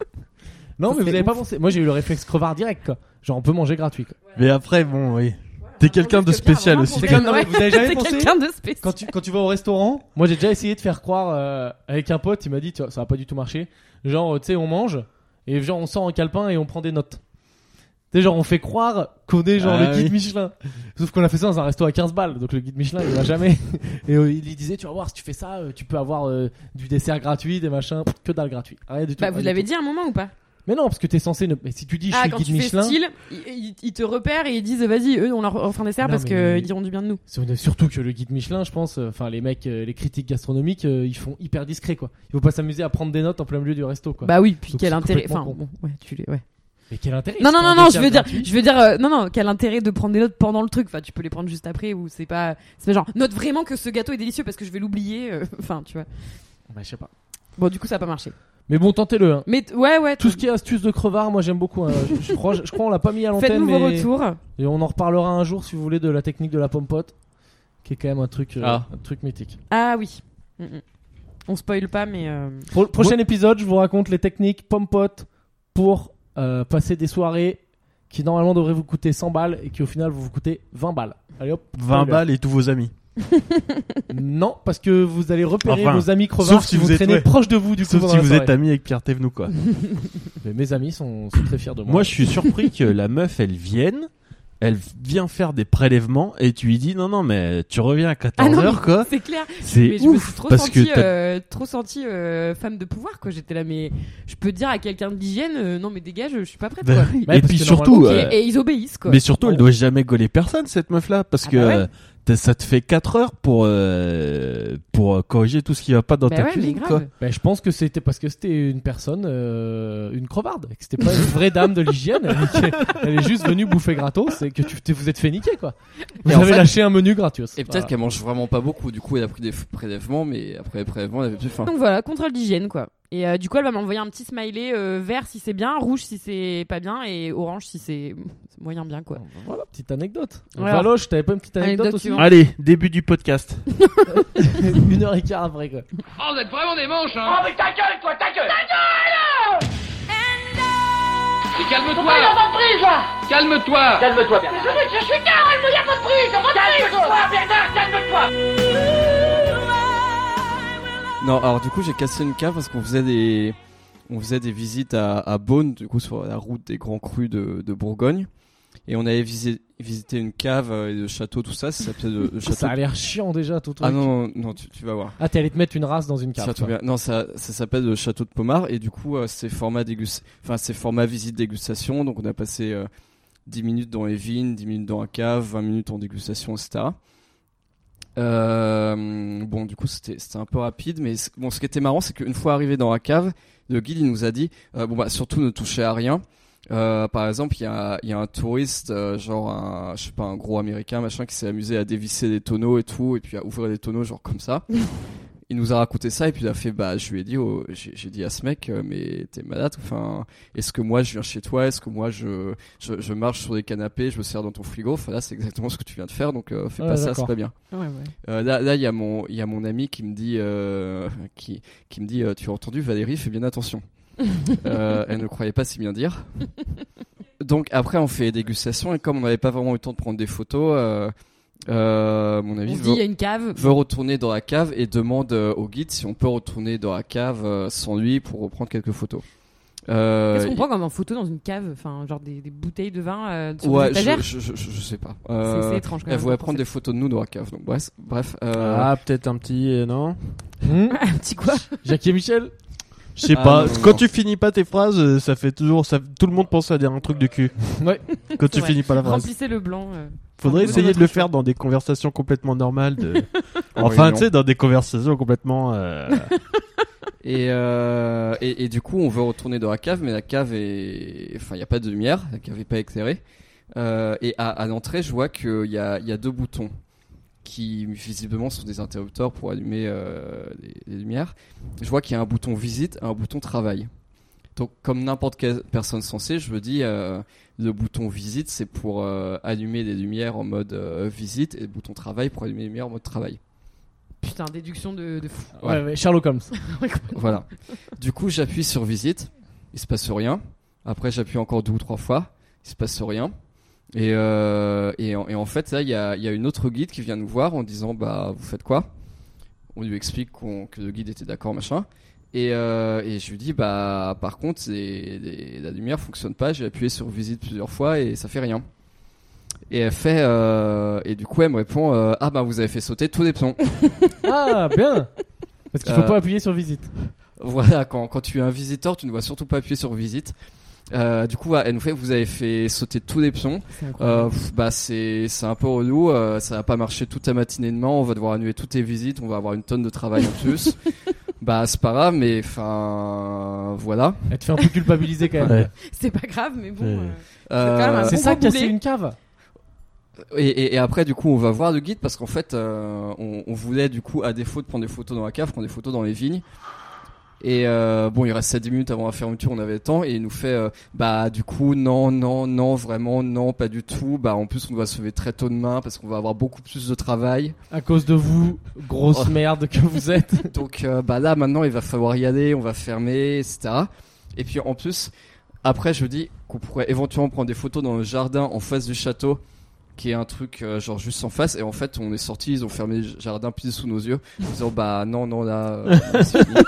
Non Ça mais vous serait avez pas ouf. pensé. Moi j'ai eu le réflexe crevard direct quoi. Genre on peut manger gratuit quoi. Mais après, bon, oui. T'es quelqu'un de spécial aussi. C'est comme- non, mais vous avez jamais C'est pensé quelqu'un de spécial. Quand tu, quand tu vas au restaurant, moi j'ai déjà essayé de faire croire euh, avec un pote, il m'a dit tu vois, ça va pas du tout marcher. Genre tu sais on mange et genre on sort en calepin et on prend des notes. Tu sais genre on fait croire qu'on est genre Ah le guide oui. Michelin. Sauf qu'on a fait ça dans un resto à quinze balles, donc le guide Michelin il va jamais. Et euh, il lui disait tu vas voir si tu fais ça, euh, tu peux avoir euh, du dessert gratuit, des machins, pff, que dalle gratuit. Rien du tout. Bah, rien vous du l'avez tout. dit à un moment ou pas? Mais non parce que t'es censé ne... mais si tu dis je Ah, suis quand le guide tu fais Michelin, style, ils, ils- ils te repèrent et ils disent vas-y, eux, on leur offre un dessert Non, parce mais- qu'ils diront du bien de nous. c'est- surtout que le guide Michelin, je pense, euh, enfin les mecs, euh, les critiques gastronomiques, euh, ils font hyper discret quoi. Il faut pas s'amuser à prendre des notes en plein milieu du resto quoi. Bah oui, puis Donc quel c'est intérêt, complètement enfin, con. bon, ouais, tu les, ouais. Mais quel intérêt Non, c'est non, un non, non, je dessert veux dire, gratuit. je veux dire, euh, non, non, quel intérêt de prendre des notes pendant le truc. Enfin, tu peux les prendre juste après ou c'est pas, c'est pas genre, note vraiment que ce gâteau est délicieux parce que je vais l'oublier. euh, Enfin, tu vois. Bah je sais pas. Bon, du coup, ça a pas marché. Mais bon, tentez-le. Hein. Mais t- ouais, ouais. Tout ce qui est astuce de crevard, moi j'aime beaucoup. Hein. Je, je crois, je, crois on l'a pas mis à l'antenne, Faites-nous vos mais retours. et on en reparlera un jour si vous voulez de la technique de la pompote, qui est quand même un truc, euh, Ah. un truc mythique. Ah oui. Mm, mm. On spoil pas, mais euh, Pour le prochain épisode, je vous raconte les techniques pompote pour euh, passer des soirées qui normalement devraient vous coûter cent balles et qui au final vont vous coûter vingt balles. Allez hop. vingt spoiler. balles et tous vos amis. Non, parce que vous allez repérer Enfin, vos amis crevards sauf si qui vous vont êtes- traîner ouais. proche de vous du coup. Sauf pendant si la vous soirée. êtes amis avec Pierre Thévenoud, quoi. Mais mes amis sont, sont très fiers de moi. Moi, je suis surpris que la meuf, elle vienne, elle vient faire des prélèvements et tu lui dis non, non, mais tu reviens à ah quatorze non, heures, mais quoi. c'est clair. C'est Mais je me suis ouf trop parce senti, que t'as- euh, trop senti euh, femme de pouvoir quoi. J'étais là, mais je peux dire à quelqu'un d'hygiène, euh, non mais dégage, je suis pas prête. Bah Quoi. oui. Ouais, et parce puis que surtout, normalement- euh, Et, et ils obéissent quoi. mais surtout, elle Bon. doit jamais gauler personne, cette meuf-là, parce Ah que bah ouais. euh, t'as- ça te fait quatre heures pour euh, pour euh, corriger tout ce qui va pas dans Bah ta ouais, mais cuisine, grave. quoi. Ben, je pense que c'était parce que c'était une personne, euh, une crevarde, que c'était pas une vraie dame de l'hygiène. Elle, est- elle est juste venue bouffer gratos et que tu t'es- vous êtes fait niquer quoi. Vous Et en avez fait- lâché un menu gratos. Et peut-être Voilà. qu'elle mange vraiment pas beaucoup. Du coup, elle a pris des f- prélèvements, mais après les prélèvements, elle avait plus faim. Donc voilà, contrôle d'hygiène quoi. Et euh, du coup, elle va m'envoyer un petit smiley euh, vert si c'est bien, rouge si c'est pas bien et orange si c'est c'est moyen bien quoi. Voilà, petite anecdote. Voilà. Valoche, t'avais pas une petite anecdote, Anecdote aussi suivante. Allez, début du podcast. Une heure et quart après quoi. Oh, vous êtes vraiment des manches, hein. Oh, mais ta gueule, toi, ta gueule. Ta gueule. Et calme-toi. Il y a pas de prise, là. Calme-toi. Calme-toi, Bernard. Je, je suis calme, il y a pas de prise. Calme-toi, Bernard, calme-toi. Non, alors du coup j'ai cassé une cave parce qu'on faisait des, on faisait des visites à, à Beaune, du coup sur la route des grands crus de, de Bourgogne, et on avait visé, visité une cave et le château, tout ça, ça s'appelait le, le château. Ça a l'air chiant déjà tout truc. Ah non, non, non tu, tu vas voir. Ah, t'es allé te mettre une race dans une cave. Château bien. Non, ça, ça s'appelle le château de Pommard, et du coup euh, c'est format dégust, enfin c'est format visite dégustation, donc on a passé euh, dix minutes dans les vignes, dix minutes dans la cave, vingt minutes en dégustation, et cetera. Euh, bon, du coup, c'était c'était un peu rapide, mais c- bon, ce qui était marrant, c'est qu'une fois arrivé dans la cave, le guide il nous a dit, euh, bon bah surtout ne touchez à rien. Euh, par exemple, il y a il y a un touriste, euh, genre un, je sais pas, un gros américain machin, qui s'est amusé à dévisser des tonneaux et tout, et puis à ouvrir des tonneaux genre comme ça. Il nous a raconté ça et puis il a fait, bah je lui ai dit, oh, j'ai, j'ai dit à ce mec, euh, mais t'es malade, enfin, est-ce que moi je viens chez toi, est-ce que moi je, je je marche sur des canapés, je me sers dans ton frigo, enfin là c'est exactement ce que tu viens de faire, donc euh, fais Ouais, pas ça, d'accord. c'est pas bien. Ouais, ouais. Euh, là là il y a mon il y a mon ami qui me dit euh, qui qui me dit, euh, tu as entendu Valérie, fais bien attention. euh, elle ne croyait pas si bien dire. Donc après on fait dégustation et comme on n'avait pas vraiment eu le temps de prendre des photos, euh, euh, mon On ami se veut, dit il y a une cave. veut retourner dans la cave et demande euh, au guide si on peut retourner dans la cave euh, sans lui pour reprendre quelques photos. Euh, Qu'est-ce qu'on prend comme en photo dans une cave, enfin genre des, des bouteilles de vin euh, sur des Ouais, étagères. je, je, je, je sais pas. C'est, Euh, c'est étrange quand elle même. voulait comme prendre des concept. photos de nous dans la cave. Donc bref, bref. Euh, Ah, peut-être un petit, euh, non? Hmm Un petit quoi? Jackie et Michel. Je sais Ah, pas. non, non, Quand non. tu finis pas tes phrases, euh, ça fait toujours, ça, tout le monde pense à dire un truc de cul. Ouais. Quand tu Ouais. finis pas la phrase. Remplissez le blanc. euh. Faudrait Enfin, essayer votre de le choix. faire dans des conversations complètement normales. De... En enfin, réunion. tu sais, dans des conversations complètement. Euh... Et, euh, et, et du coup, on veut retourner dans la cave, mais la cave est, enfin, il y a pas de lumière, la cave est pas éclairée. Euh, et à, à l'entrée, je vois qu'il y a, il y a deux boutons qui visiblement sont des interrupteurs pour allumer euh, les, les lumières. Je vois qu'il y a un bouton visite, un bouton travail. Donc, comme n'importe quelle personne sensée, je me dis, euh, le bouton visite, c'est pour euh, allumer les lumières en mode euh, visite, et le bouton travail pour allumer les lumières en mode travail. Putain, déduction de, de fou. Ouais, ouais, Sherlock Holmes. Voilà. Du coup, j'appuie sur visite, il se passe rien. Après, j'appuie encore deux ou trois fois, il se passe rien. Et, euh, et, en, et en fait, là, il y a, il y a une autre guide qui vient nous voir en disant, bah, vous faites quoi? On lui explique qu'on, que le guide était d'accord, machin. Et, euh, et je lui dis, bah, par contre, les, les, la lumière fonctionne pas. J'ai appuyé sur visite plusieurs fois et ça fait rien. Et elle fait, euh, et du coup, elle me répond, euh, ah bah, vous avez fait sauter tous les plombs. Ah, bien. Parce qu'il faut Euh, pas appuyer sur visite. Voilà, quand, quand tu es un visiteur, tu ne dois surtout pas appuyer sur visite. Euh, du coup, elle nous fait, vous avez fait sauter tous les pions. C'est incroyable. Euh, pff, bah c'est c'est un peu relou. Euh, ça va pas marcher toute la matinée demain. On va devoir annuler toutes les visites. On va avoir une tonne de travail en plus. Bah c'est pas grave, mais enfin voilà. Elle te fait un peu culpabiliser quand même. Ouais. C'est pas grave, mais bon. Ouais. quand Euh, même un C'est bon ça, gros casser boulet. une cave. Et, et, et après, du coup, on va voir le guide parce qu'en fait, euh, on, on voulait, du coup, à défaut de prendre des photos dans la cave, prendre des photos dans les vignes. Et euh, bon, il restait dix minutes avant la fermeture, on avait le temps, et il nous fait, euh, bah, du coup, non, non, non, vraiment, non, pas du tout. Bah, en plus, on doit se lever très tôt demain parce qu'on va avoir beaucoup plus de travail. À cause de vous, grosse Oh. merde que vous êtes. Donc, euh, bah là, maintenant, il va falloir y aller, on va fermer, et cetera. Et puis, en plus, après, je dis qu'on pourrait éventuellement prendre des photos dans le jardin en face du château, qui est un truc euh, genre juste en face. Et en fait, on est sortis, ils ont fermé le jardin pile sous nos yeux, en disant bah non, non, là, euh, non, c'est fini.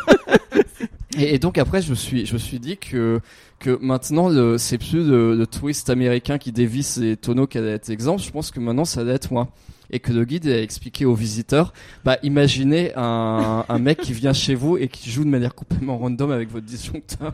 Et, et donc après, je me suis, je me suis dit que que maintenant, le, c'est plus le, le touriste américain qui dévisse les tonneaux qui allait être exemple. Je pense que maintenant, ça allait être moi. Et que le guide a expliqué aux visiteurs, bah imaginez un, un mec qui vient chez vous et qui joue de manière complètement random avec votre disjoncteur.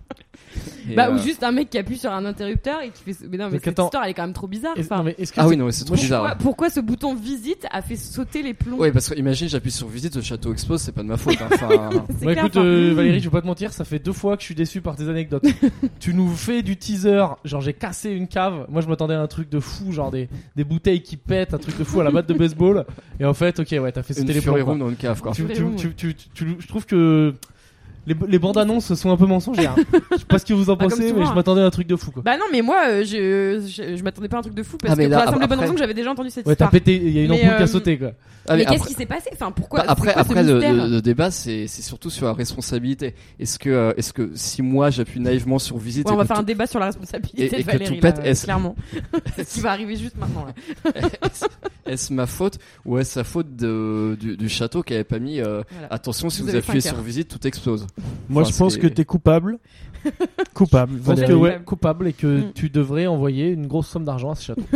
Et, Bah, euh, ou juste un mec qui appuie sur un interrupteur et qui fait. Mais non, mais Donc, cette attends. histoire, elle est quand même trop bizarre. Est-ce- Enfin, non, mais est-ce que Ah c'est- oui, non, mais c'est trop Moi, je- bizarre. pourquoi, pourquoi ce bouton visite a fait sauter les plombs? Oui, parce que imagine, j'appuie sur visite, le château explose, c'est pas de ma faute. hein. Enfin, C'est Bah clair, écoute enfin. euh, Valérie, je vais pas te mentir, ça fait deux fois que je suis déçu par tes anecdotes. Tu nous fais du teaser, genre j'ai cassé une cave. Moi je m'attendais à un truc de fou, genre des, des bouteilles qui pètent, un truc de fou à la batte de baseball. Et en fait, ok, ouais, t'as fait une sauter les Fury plombs. Room dans une cave, quoi. Tu, Fury tu, Room, tu, tu, tu- tu- je trouve que les, les bandes annonces sont un peu mensongères. Je sais pas ce que vous en Bah, comme pensez, souvent, mais je hein. m'attendais à un truc de fou quoi. Bah non, mais moi, euh, je, je, je m'attendais pas à un truc de fou parce Ah, mais que là, pour la simple et bonne après- raison que j'avais déjà entendu cette Ouais, t'as histoire. pété, il y a une Mais, ampoule qui a euh, sauté quoi. Ah, mais mais qu'est-ce après- qui s'est passé? Enfin, pourquoi? Bah, après, c'est quoi ce après le, mystère le- le débat, c'est, c'est surtout sur la responsabilité. Est-ce que, euh, est-ce que si moi j'appuie naïvement sur visite, Ouais, on et va que faire un tout- débat sur la responsabilité et- de et que Valérie, tout pète, là, est-ce- clairement. C'est ce qui va arriver juste maintenant, là. est-ce, est-ce ma faute ou est-ce la faute de, du, du château qui avait pas mis euh, Voilà. attention, si Vous vous, avez appuyez cinq sur heures. visite, tout explose. Moi, Enfin, je pense c'est- que t'es coupable. Coupable. Je pense que Valérie. ouais, coupable et que Mm. tu devrais envoyer une grosse somme d'argent à ce château.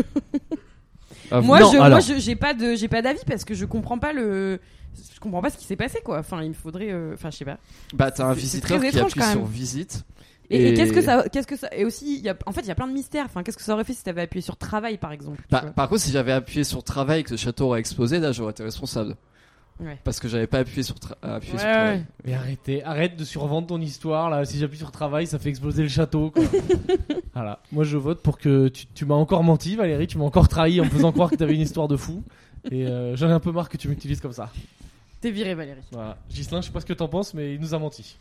Ah, vous- Moi, Non, je, alors. moi, je, j'ai pas de, j'ai pas d'avis parce que je comprends pas le, je comprends pas ce qui s'est passé, quoi. Enfin, il me faudrait, euh, enfin, je sais pas. bah t'as un c'est- c'est visiteur très qui étrange, appuie quand sur même. visite. Et, et Et- qu'est-ce que ça, qu'est-ce que ça, et aussi, il y a, en fait, il y a plein de mystères. Enfin, qu'est-ce que ça aurait fait si t'avais appuyé sur travail, par exemple? tu Bah, vois. par contre, si j'avais appuyé sur travail et que le château aurait explosé, là j'aurais été responsable. Ouais. Parce que j'avais pas appuyé sur, tra- appuyé Ouais, sur travail. ouais. Mais arrêtez, arrête de survendre ton histoire là. Si j'appuie sur travail, ça fait exploser le château. Quoi. Voilà. Moi, je vote pour que tu, tu m'as encore menti, Valérie. Tu m'as encore trahi en me faisant croire que t'avais une histoire de fou. Et euh, j'en ai un peu marre que tu m'utilises comme ça. T'es viré, Valérie. Voilà. Ghislain, je sais pas ce que t'en penses, mais il nous a menti.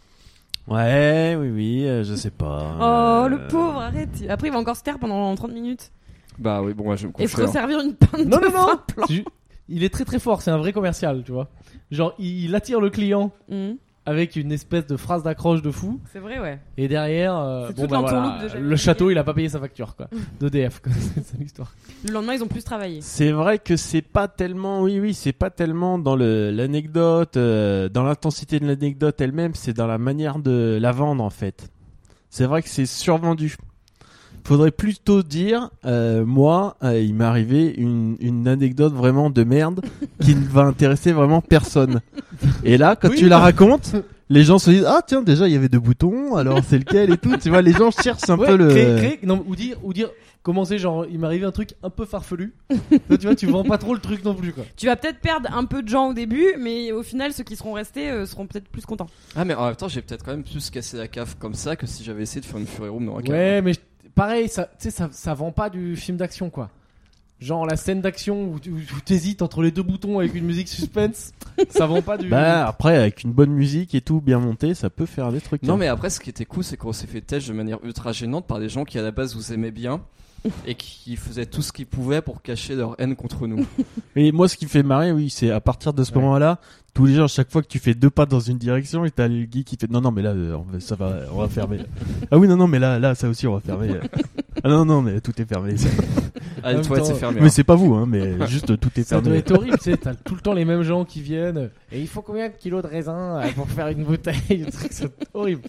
Ouais, oui, oui, euh, je sais pas. Oh, Euh, le pauvre, arrête. Après, il va encore se taire pendant trente minutes Bah oui, bon, moi je me et se confère. resservir une pinte Non, de non, non. vin blanc. C'est ju- Il est très très fort. C'est un vrai commercial, tu vois. Genre, il, il attire le client Mhm. avec une espèce de phrase d'accroche de fou. C'est vrai, ouais. Et derrière, euh, C'est bon toute bah l'entourloupe voilà, de jamais le château, payer. il a pas payé sa facture, quoi. D'E D F, quoi. C'est ça l'histoire. Le lendemain, ils ont plus travaillé. C'est vrai que c'est pas tellement, oui, oui, c'est pas tellement dans le, l'anecdote, euh, dans l'intensité de l'anecdote elle-même, c'est dans la manière de la vendre en fait. C'est vrai que c'est survendu. Faudrait plutôt dire, euh, moi, euh, il m'est arrivé une, une anecdote vraiment de merde qui ne va intéresser vraiment personne. Et là, quand Oui. tu la racontes, les gens se disent, ah tiens, déjà il y avait deux boutons, alors c'est lequel et tout. Tu vois, les gens cherchent un Ouais, peu le. créer- créer- non, ou dire, ou dire, commencer genre, il m'est arrivé un truc un peu farfelu. Toi, tu vois, tu vends pas trop le truc non plus, quoi. Tu vas peut-être perdre un peu de gens au début, mais au final, ceux qui seront restés euh, seront peut-être plus contents. Ah, mais en même temps, j'ai peut-être quand même plus cassé la cave comme ça que si j'avais essayé de faire une Fury Room dans un cave. Ouais, mais je- pareil, ça, tu sais, ça, ça vend pas du film d'action, quoi. Genre la scène d'action où, tu- où t'hésites entre les deux boutons avec une musique suspense, ça vend pas du. Bah après, avec une bonne musique et tout bien monté, ça peut faire des trucs. Non, hein. mais après, ce qui était cool, c'est qu'on s'est fait têche de manière ultra gênante par des gens qui à la base vous aimaient bien et qui faisaient tout ce qu'ils pouvaient pour cacher leur haine contre nous. Et moi, ce qui fait marrer, oui, c'est à partir de ce Ouais. moment-là, tous les gens, à chaque fois que tu fais deux pas dans une direction, et t'as le geek qui fait non, non, mais là, euh, on va- ça va, on va fermer. Ah oui, non, non, mais là, là, ça aussi, on va fermer. Ah non, non, mais tout est fermé. Ah, En les même toilettes, temps, c'est fermé. Mais hein. c'est pas vous, hein, mais juste tout est Ça doit fermé. être horrible, tu sais, t'as tout le temps les mêmes gens qui viennent. Et il faut combien de kilos de raisin euh, pour faire une bouteille? Le truc, c'est horrible.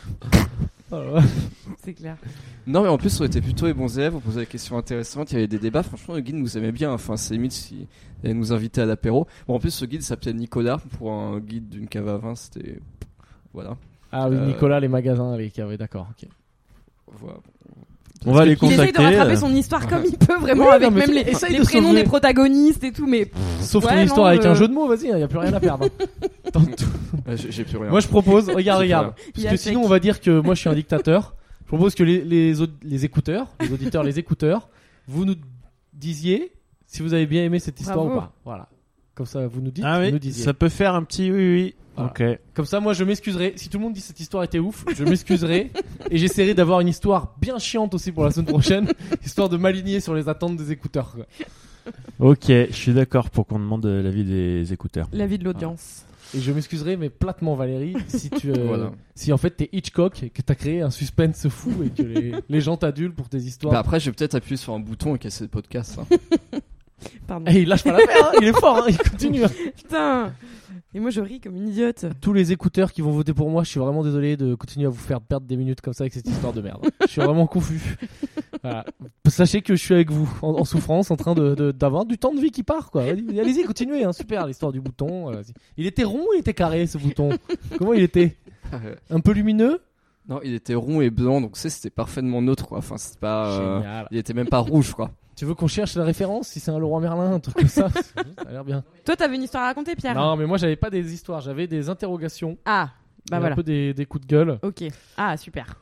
Oh là là. C'est clair. Non, mais en plus, on était plutôt les bons élèves, on posait des questions intéressantes, il y avait des débats. Franchement, le guide nous aimait bien. Enfin, c'est limite s'il allait nous inviter à l'apéro. Bon, en plus, ce guide s'appelait Nicolas. Pour un guide d'une cave à vin, c'était. Voilà. Ah oui, Euh, Nicolas, les magasins, les caves, d'accord, ok. voilà. On va les Il essaye de contacter. rattraper euh, son histoire comme il peut, vraiment, Oui, avec non, mais même les, essaye les de prénoms sauver. des protagonistes et tout, mais Sauf Ouais, ton non, histoire avec euh, un jeu de mots, vas-y, il y a plus rien à perdre. Tente- Ouais, j'ai j'ai plus rien. Moi, je propose, regarde, C'est regarde. Il y Parce a que sec. sinon, on va dire que moi, je suis un dictateur. Je propose que les, les, aud- les écouteurs, les auditeurs, les écouteurs, vous nous disiez si vous avez bien aimé cette histoire Bravo. ou pas. Voilà. Comme ça, vous nous dites, Ah vous nous oui, disiez. ça peut faire un petit oui, oui. Voilà. Ok. Comme ça, moi, je m'excuserai. Si tout le monde dit cette histoire était ouf, je m'excuserai. Et j'essaierai d'avoir une histoire bien chiante aussi pour la semaine prochaine, histoire de m'aligner sur les attentes des écouteurs, quoi. Ok, je suis d'accord pour qu'on demande euh, l'avis des écouteurs. l'avis de l'audience. Et je m'excuserai, mais platement, Valérie, si tu, euh, Voilà. si en fait t'es Hitchcock et que t'as créé un suspense fou et que les, les gens t'adulent pour tes histoires. Bah après, je vais peut-être appuyer sur un bouton et casser le podcast. hein. Pardon. Et il lâche pas l'affaire, hein, il est fort, hein, il continue. hein. Putain. Et moi, je ris comme une idiote. Tous les écouteurs qui vont voter pour moi, je suis vraiment désolé de continuer à vous faire perdre des minutes comme ça avec cette histoire de merde. Je suis vraiment confus. Voilà. Sachez que je suis avec vous, en, en souffrance, en train de, de- d'avoir du temps de vie qui part, quoi. Allez- Allez-y, continuez, hein, super, l'histoire du bouton. euh, il était rond ou il était carré, ce bouton? Comment il était? Un peu lumineux? Non, il était rond et blanc, donc tu sais, c'était parfaitement neutre, quoi. Enfin, c'est pas. euh, Génial. Il était même pas rouge, quoi. Tu veux qu'on cherche la référence si c'est un Leroy Merlin, un truc comme ça? Ça a l'air bien. Toi, t'avais une histoire à raconter, Pierre? Non, mais moi j'avais pas des histoires, j'avais des interrogations, Ah, bah et voilà. un peu des, des coups de gueule. Ok. Ah, super.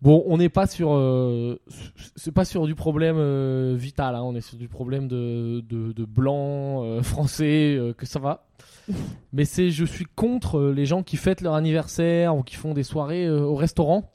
Bon, on n'est pas sur, euh, c'est pas sur du problème euh, vital, hein, on est sur du problème de de, de blanc euh, français euh, que ça va. Mais c'est, je suis contre euh, les gens qui fêtent leur anniversaire ou qui font des soirées euh, au restaurant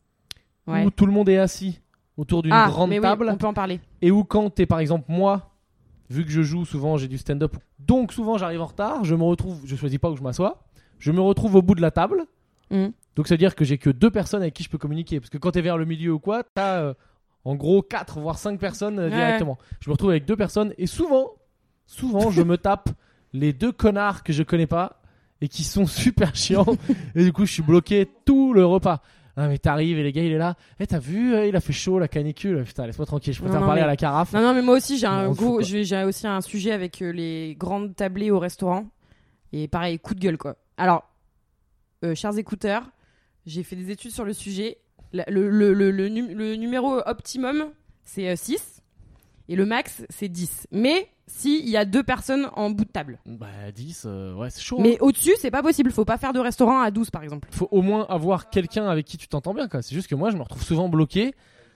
Ouais. où tout le monde est assis autour d'une Ah, grande mais oui, table on peut en parler. et où quand t'es par exemple moi, vu que je joue souvent, j'ai du stand-up, donc souvent j'arrive en retard, je me retrouve, je choisis pas où je m'assois, je me retrouve au bout de la table. Mm. Donc ça veut dire que j'ai que deux personnes avec qui je peux communiquer. Parce que quand t'es vers le milieu ou quoi, t'as euh, en gros quatre voire cinq personnes euh, Ouais. directement. Je me retrouve avec deux personnes et souvent, souvent je me tape les deux connards que je connais pas et qui sont super chiants. Et du coup je suis bloqué tout le repas. Ah mais t'arrives et les gars il est là. Eh t'as vu, euh, il a fait chaud la canicule. Putain laisse-moi tranquille, je préfère Non, non, parler mais- à la carafe. Non, non, mais moi aussi, j'ai Je un m'en gros, fous, quoi. j'ai j'ai aussi un sujet avec euh, les grandes tablées au restaurant. Et pareil, coup de gueule, quoi. Alors, euh, chers écouteurs, j'ai fait des études sur le sujet. La- le, le, le, le, nu- le numéro optimum, c'est euh, six. Et le max, c'est dix. Mais s'il y a deux personnes en bout de table. Bah dix, euh, ouais c'est chaud. Mais hein. au-dessus, c'est pas possible. Faut pas faire de restaurant à douze, par exemple. Faut au moins avoir quelqu'un avec qui tu t'entends bien quoi. C'est juste que moi je me retrouve souvent bloqué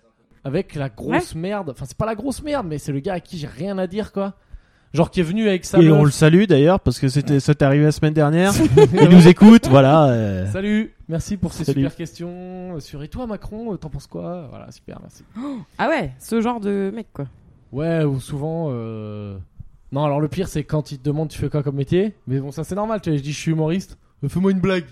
avec la grosse merde. Enfin c'est pas la grosse merde mais c'est le gars à qui j'ai rien à dire quoi. Genre qui est venu avec sa Et meuf. on le salue d'ailleurs parce que c'était ça t'est arrivé la semaine dernière. Il nous écoute, voilà. euh. Salut, merci pour ces Salut. super questions sur et toi Macron, t'en penses quoi? Voilà, super, merci. Ah ouais, ce genre de mec, quoi. Ouais, ou souvent euh... non, alors le pire c'est quand ils te demandent tu fais quoi comme métier, mais bon ça c'est normal, tu vois, je dis je suis humoriste. Euh, fais-moi une blague.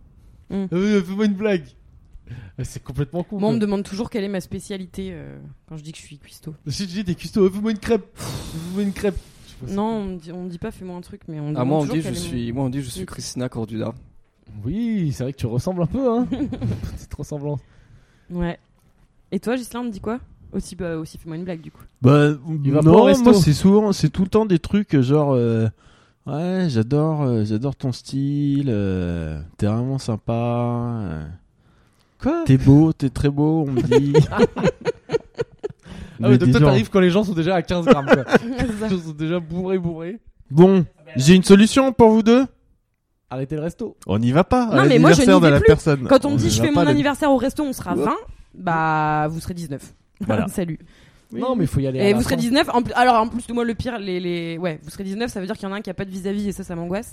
Mm. Euh, fais-moi une blague. Euh, C'est complètement con. Moi, on quoi. me demande toujours quelle est ma spécialité euh, quand je dis que je suis cuistot. Si tu dis t'es cuistot, euh, fais-moi une crêpe. Fais-moi une crêpe. Je sais pas, Non, on me dit, on me dit pas fais-moi un truc, mais on me Ah, demande moi on toujours dit je quelle est mon- suis, moi on dit je suis Christina Cordula. Oui, c'est vrai que tu ressembles un peu, hein. Petite ressemblance. Ouais. Et toi, Gislain, on me dit quoi? Aussi, bah, aussi fais-moi une blague, du coup. Bah Il va pas au non, resto. moi c'est souvent, c'est tout le temps des trucs euh, genre euh, ouais, j'adore, euh, j'adore ton style, euh, t'es vraiment sympa, euh, Quoi? t'es beau, t'es très beau, on me dit. Ah ouais, Mais donc des toi gens- t'arrives quand les gens sont déjà à quinze grammes, quoi. C'est ça. Les gens sont déjà bourrés, bourrés. Bon, j'ai une solution pour vous deux. Arrêtez le resto. On n'y va pas. à Non, mais moi, je l'anniversaire n'y de vais la plus. personne. Quand on me dit n'y je va fais pas, mon la- anniversaire au resto, on sera vingt, bah vous serez dix-neuf. Voilà. Salut. Non, mais faut y aller. à Et la vous serez fin. dix-neuf. En plus, alors en plus de moi, le pire, les, les... ouais, vous serez dix-neuf, ça veut dire qu'il y en a un qui a pas de vis-à-vis et ça, ça m'angoisse.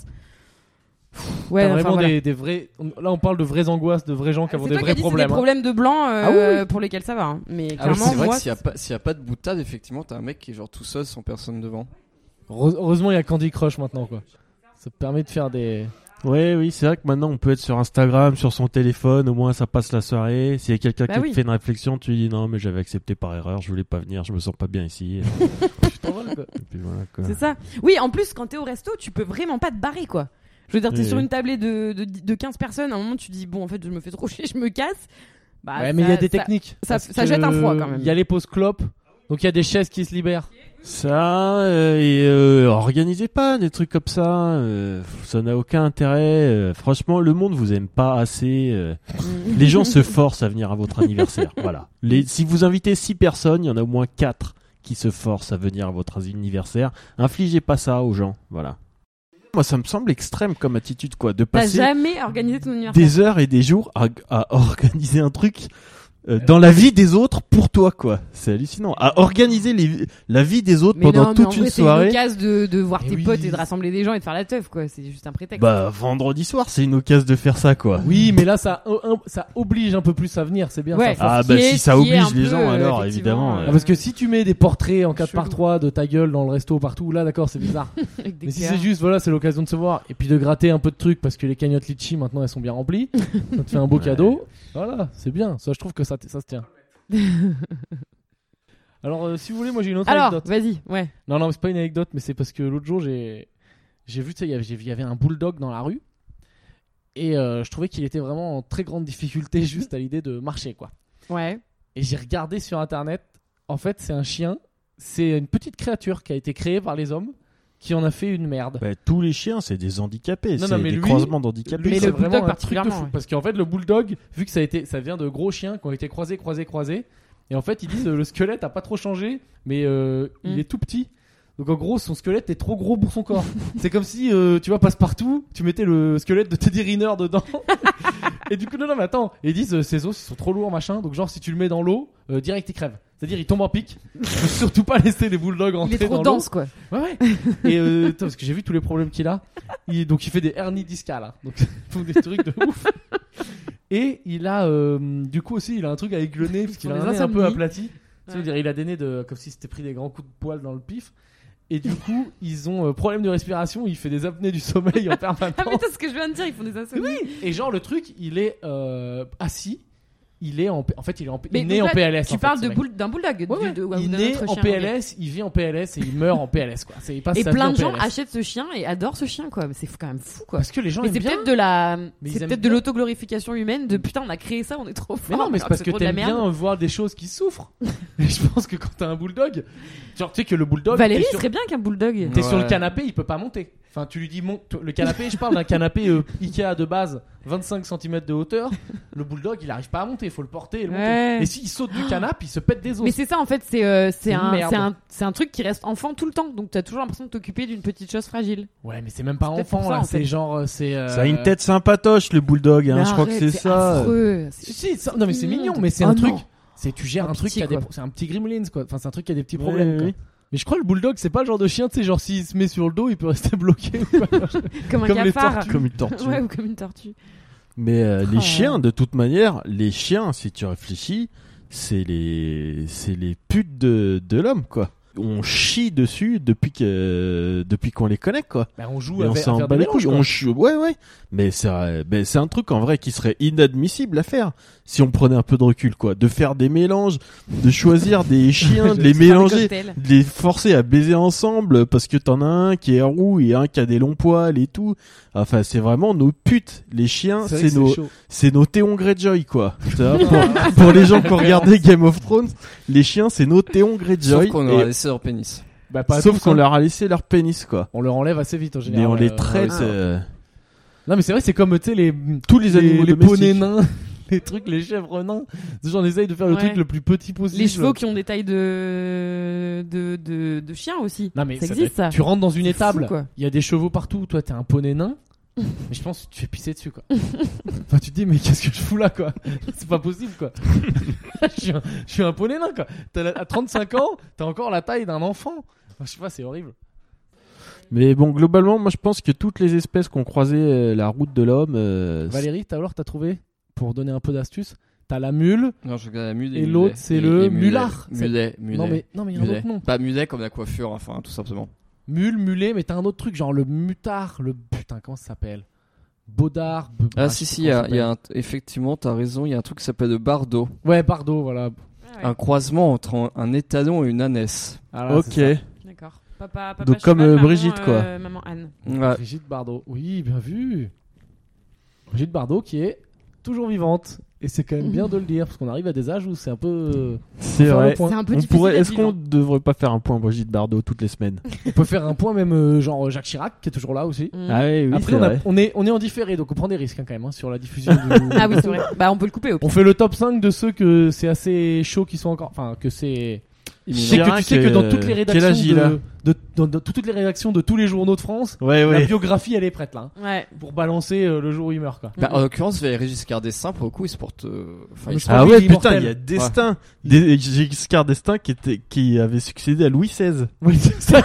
Pff, Ouais, T'as enfin, vraiment voilà. des, des vrais. Là, on parle de vraies angoisses, de vrais gens qui C'est ont toi des qui as vrais dit, c'est problèmes. des hein. problèmes de blanc euh, Ah oui, oui. pour lesquels ça va. hein. Mais Ah, mais clairement, c'est vrai moi, que s'il y a pas, s'il y a pas de boutade, effectivement, t'as un mec qui est genre tout seul sans personne devant. Heure- Heureusement, il y a Candy Crush maintenant, quoi. Ça permet de faire des. Ouais, oui, c'est vrai que maintenant on peut être sur Instagram, sur son téléphone, au moins ça passe la soirée. S'il y a quelqu'un Bah qui oui. te fait une réflexion, tu dis non, mais j'avais accepté par erreur, je voulais pas venir, je me sens pas bien ici. Putain, voilà, quoi. Et puis voilà, quoi. c'est ça. Oui, en plus, quand t'es au resto, tu peux vraiment pas te barrer, quoi. Je veux dire, t'es Oui, sur oui. une tablée de, de, de quinze personnes, à un moment, tu dis, bon, en fait, je me fais trop chier, je me casse. Bah, Ouais, mais il y a ça- des ça- techniques. ça- Parce ça que jette un froid, quand même. Il y a les pauses clopes, donc il y a des chaises qui se libèrent. Ça, euh, et euh, organisez pas des trucs comme ça, euh, ça n'a aucun intérêt. euh, franchement, le monde vous aime pas assez. euh, les gens se forcent à venir à votre anniversaire. Voilà. Les, si vous invitez six personnes, il y en a au moins quatre qui se forcent à venir à votre anniversaire. Infligez pas ça aux gens. Voilà. Moi, ça me semble extrême comme attitude, quoi, de T'as passer jamais organisé ton anniversaire. des heures et des jours à, à organiser un truc euh, dans la vie des autres pour toi, quoi. C'est hallucinant. À organiser les, la vie des autres Mais pendant non, mais toute en une vrai, c'est soirée. une occasion de, de voir Mais tes oui. potes et de rassembler des gens et de faire la teuf, quoi. C'est juste un prétexte. Bah, vendredi soir, c'est une occasion de faire ça, quoi. Oui, mais là, ça, un- ça oblige un peu plus à venir, c'est bien Ouais. ça. Ah, qui bah, est- si ça qui est oblige un les peu, gens, euh, alors, effectivement, évidemment. euh, Ah, parce que si tu mets des portraits en quatre Chelou. par trois de ta gueule dans le resto partout, là d'accord c'est bizarre. avec des Mais si cœurs. c'est juste voilà c'est l'occasion de se voir et puis de gratter un peu de trucs parce que les cagnottes litchi maintenant elles sont bien remplies, ça te fait un beau Ouais. cadeau. Voilà c'est bien, ça je trouve que ça, t- ça se tient. Alors euh, si vous voulez moi j'ai une autre Alors, anecdote. vas-y, ouais. Non non mais c'est pas une anecdote mais c'est parce que l'autre jour j'ai j'ai vu tu sais il y avait- il y avait un bulldog dans la rue et euh, je trouvais qu'il était vraiment en très grande difficulté juste à l'idée de marcher quoi. Ouais. Et j'ai regardé sur internet. En fait, c'est un chien. C'est une petite créature qui a été créée par les hommes qui en a fait une merde. Bah, tous les chiens, c'est des handicapés. Non, C'est non, mais des lui- croisements d'handicapés. Lui, Mais c'est le vraiment bulldog un truc de fou. particulièrement, ouais. Parce qu'en fait, le bulldog, vu que ça, a été, ça vient de gros chiens qui ont été croisés, croisés, croisés. Et en fait, ils disent euh, le squelette a pas trop changé, mais euh, il Mm. est tout petit. Donc en gros, son squelette est trop gros pour son corps. C'est comme si, euh, tu vois, Passe-Partout, tu mettais le squelette de Teddy Riner dedans. Et du coup, non, non, mais attends. Ils disent euh, ces os, ils sont trop lourds, machin. Donc, genre, si tu le mets dans l'eau, euh, direct, il crève. C'est-à-dire, il tombe en pic. Faut surtout pas laisser les bulldogs rentrer Il est trop dans l'eau. dense, quoi. Ouais, ouais. Et euh, attends, parce que j'ai vu tous les problèmes qu'il a. Il, donc, il fait des hernies discales. Hein. Donc, il faut des trucs de ouf. Et il a, euh, du coup, aussi, il a un truc avec le nez, parce qu'il a Pour un les nez un peu insomnies. aplati. Tu sais, Ouais. dire, il a des nez de, comme si s'était pris des grands coups de poil dans le pif. Et du coup, ils ont euh, problème de respiration. Il fait des apnées du sommeil en permanence. Ah, mais c'est ce que je viens de dire, ils font des insomnies. Oui. Et genre, le truc, il est euh, assis. Il est en, P- en fait, il est en, P- Mais il naît donc en là, P L S. Tu en fait, parles ce de mec. boule- d'un bulldog. Ouais, ouais. du- de- ou il d'un naît autre en chien, P ok. L S, il vit en P L S et il meurt en P L S quoi. C'est il passe Et sa plein vie de en gens P L S. achètent ce chien et adorent ce chien, quoi. Mais c'est quand même fou, quoi. Parce que les gens Mais aiment c'est bien. peut-être de la, Mais ils c'est aiment peut-être de bien. l'autoglorification humaine. De putain, on a créé ça, on est trop fort. Mais non, mais c'est alors parce que trop de la t'aimes merde. bien voir des choses qui souffrent. Et je pense que quand t'as un bulldog, genre tu sais que le bulldog, Valérie t'es sur, serait bien qu'un bulldog. t'es sur le Ouais. canapé, il peut pas monter. Enfin, tu lui dis monte. Le canapé, je parle d'un canapé euh, Ikea de base, vingt-cinq centimètres de hauteur. Le bulldog, il arrive pas à monter, il faut le porter et le Ouais. monter. Et s'il saute du canapé, il se pète des os. Mais c'est ça en fait, c'est euh, c'est C'est une un, merde. c'est un, c'est un truc qui reste enfant tout le temps. Donc t'as toujours l'impression de t'occuper d'une petite chose fragile. Ouais, mais c'est même pas C'est peut-être pour enfant ça, là, en c'est fait. genre euh, c'est. euh, Ça a une tête sympatoche, le bulldog, hein. Mais Je crois que arrête, c'est ça. affreux. Si, si, ça- non mais c'est immonde. mignon, mais c'est Oh un truc. non. C'est tu gères Oh, un truc qui pitié, a des, quoi. c'est un petit gremlins quoi. Enfin c'est un truc qui a des petits Ouais, problèmes. ouais, quoi. ouais. Mais je crois que le bulldog c'est pas le genre de chien, tu sais, genre s'il se met sur le dos, il peut rester bloqué. ou quoi. Comme un Comme les cafard. tortues. Comme une tortue. Ouais, ou comme une tortue. Mais euh, Oh. les chiens, de toute manière, les chiens, si tu réfléchis, c'est les, c'est les putes de, de l'homme, quoi. On chie dessus depuis que, depuis qu'on les connaît, quoi. Bah, on joue Et à, on faire- à s'en faire bat des les couilles. mélanges, On quoi. chie- ouais, ouais. Mais c'est, euh, ben, c'est un truc en vrai qui serait inadmissible à faire si on prenait un peu de recul, quoi. De faire des mélanges, de choisir des chiens, de les Faire des mélanger, cocktails. de les forcer à baiser ensemble parce que t'en as un qui est roux et un qui a des longs poils et tout. Enfin, c'est vraiment nos putes. Les chiens, C'est vrai c'est que nos, chaud. c'est nos Théon Greyjoy, quoi. Tu vois, pour, pour les gens qui ont regardé Game of Thrones, les chiens, c'est nos Théon Greyjoy. Sauf qu'on et- aura laissé leur pénis. Bah, pas sauf tous, qu'on hein. leur a laissé leur pénis, quoi. On leur enlève assez vite en général. Mais on les euh, traite, ouais. euh, Non mais c'est vrai, c'est comme tu sais les tous les animaux les domestiques. poneys nains, les trucs, les chèvres nains. J'en essaye de faire le Ouais. truc le plus petit possible. Les chevaux qui ont des tailles de de de, de chiens aussi. Non mais ça ça existe doit ça. être- Tu rentres dans une C'est étable, fou, quoi. il y a des chevaux partout. Toi t'es un poney nain. Mais je pense que tu fais pisser dessus quoi. Enfin tu te dis mais qu'est-ce que je fous là quoi. C'est pas possible quoi. je, suis un, je suis un poney nain quoi. T'as la- à trente-cinq ans, t'as encore la taille d'un enfant. Enfin, je sais pas, c'est horrible. Mais bon, globalement, moi je pense que toutes les espèces qui ont croisé euh, la route de l'homme, euh, Valérie, t'as alors t'as trouvé pour donner un peu d'astuces. T'as la mule. Non, je regarde la mule Et mulet. l'autre, c'est Et- le et mulet. mulard. Mulet, mulet. Non mais non mais il y a un mulet. autre nom. Pas mulet comme la coiffure, enfin, tout simplement. Mule, mulet, mais t'as un autre truc, genre le mutard, le putain, comment ça s'appelle? Baudard. b- Ah, je si, sais si, pas il y a, comment ça il y a un- effectivement, t'as raison, il y a un truc qui s'appelle le bardo. s'appelle. Ouais, Bardot, voilà. Ah ouais, Un croisement entre un, un étalon et une ânesse. Ah, là, ok. c'est ça. D'accord. Papa, papa Donc, comme, cheval, euh, maman, Brigitte, quoi. euh, maman Anne. Ouais. Brigitte Bardot. Oui, bien vu. Brigitte Bardot qui est toujours vivante. Et c'est quand même bien de le dire, parce qu'on arrive à des âges où c'est un peu. c'est faire le vrai. point. C'est un peu On difficile pourrait, d'être est-ce qu'on vivant. devrait pas faire un point Brigitte Bardot toutes les semaines? On peut faire un point même, euh, genre Jacques Chirac, qui est toujours là aussi. Mm. Ah oui, oui, Après, c'est on, a- vrai. on est, on est en différé, donc on prend des risques hein, quand même hein, sur la diffusion du. Ah oui, c'est vrai. Bah, on peut le couper au pire. On fait le top cinq de ceux que c'est assez chaud qui sont encore. Enfin, que c'est. C'est que Chirac, tu sais que dans euh, toutes les quel rédactions âge il a de, de, dans- dans toutes les rédactions de tous les journaux de France, Ouais, la ouais. biographie elle est prête là hein, Ouais. pour balancer euh, le jour où il meurt quoi. Bah, en l'occurrence, Valéry Giscard d'Estaing, pour le coup, il se porte. euh, Enfin, Mais il je se- crois Ah lui, ouais, il est putain, immortel. il y a Destin. Des- Giscard d'Estaing qui était, qui avait succédé à Louis seize. Oui, c'est ça.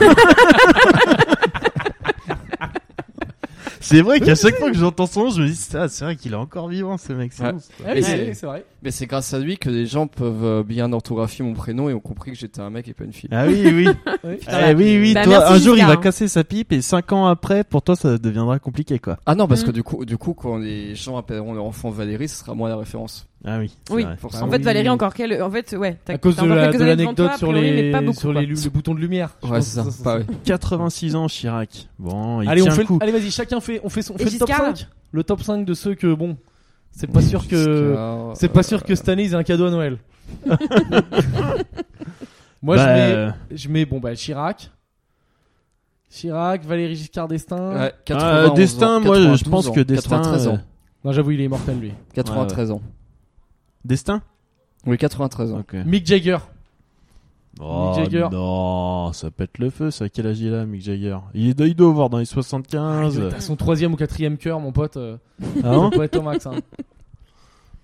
C'est vrai qu'à chaque fois que j'entends son nom, je me dis, ah, c'est vrai qu'il est encore vivant, ce mec. C'est Ouais. bon, ça. Ouais, Mais c'est c'est- c'est vrai. Mais c'est grâce à lui que les gens peuvent euh, bien orthographier mon prénom et ont compris que j'étais un mec et pas une fille. Ah oui, oui. Ouais. Ah oui, oui, Bah, toi, merci, un jour, il Giscard, va hein. casser sa pipe et cinq ans après, pour toi, ça deviendra compliqué, quoi. Ah non, parce Mm. que du coup, du coup, quand les gens appelleront leur enfant Valérie, ce sera moi la référence. Ah oui. c'est Oui. vrai. Pour Ah ça. En fait, oui. Valérie, encore quelle. En fait, ouais. t'as- À cause t'as de encore la- quelques de années devant l'anecdote toi, a sur priori, les mais pas beaucoup, sur quoi. les, lu- les boutons de lumière. Je Ouais, pense c'est ça. que c'est Pas oui. quatre-vingt-six ans, Chirac. Bon, il Allez, on tient fait. le coup. Allez, vas-y, chacun fait. On fait son. On Et fait le top Giscard, là cinq. Le top cinq de ceux que bon. C'est pas sûr que. Giscard, C'est pas euh, sûr que cette année ils aient un cadeau à Noël. Moi Bah, je mets, euh, je mets bon bah Chirac, Chirac, Valéry Giscard d'Estaing. Ouais, Ah, quatre-vingt-onze Destin, ans, moi, je quatre-vingt-douze pense ans, que Destin. quatre-vingt-treize ans. euh, Non j'avoue il est immortel lui. quatre-vingt-treize ans. Destin? Oui, quatre-vingt-treize ans. Ok. Mick Jagger. Oh, Mick Jagger. non, ça pète le feu, ça. Quel âge il a, Mick Jagger? Il est il doit avoir dans les soixante-quinze. T'as son troisième ou quatrième cœur mon pote. Euh, Ah, hein? ça peut être au max. Hein.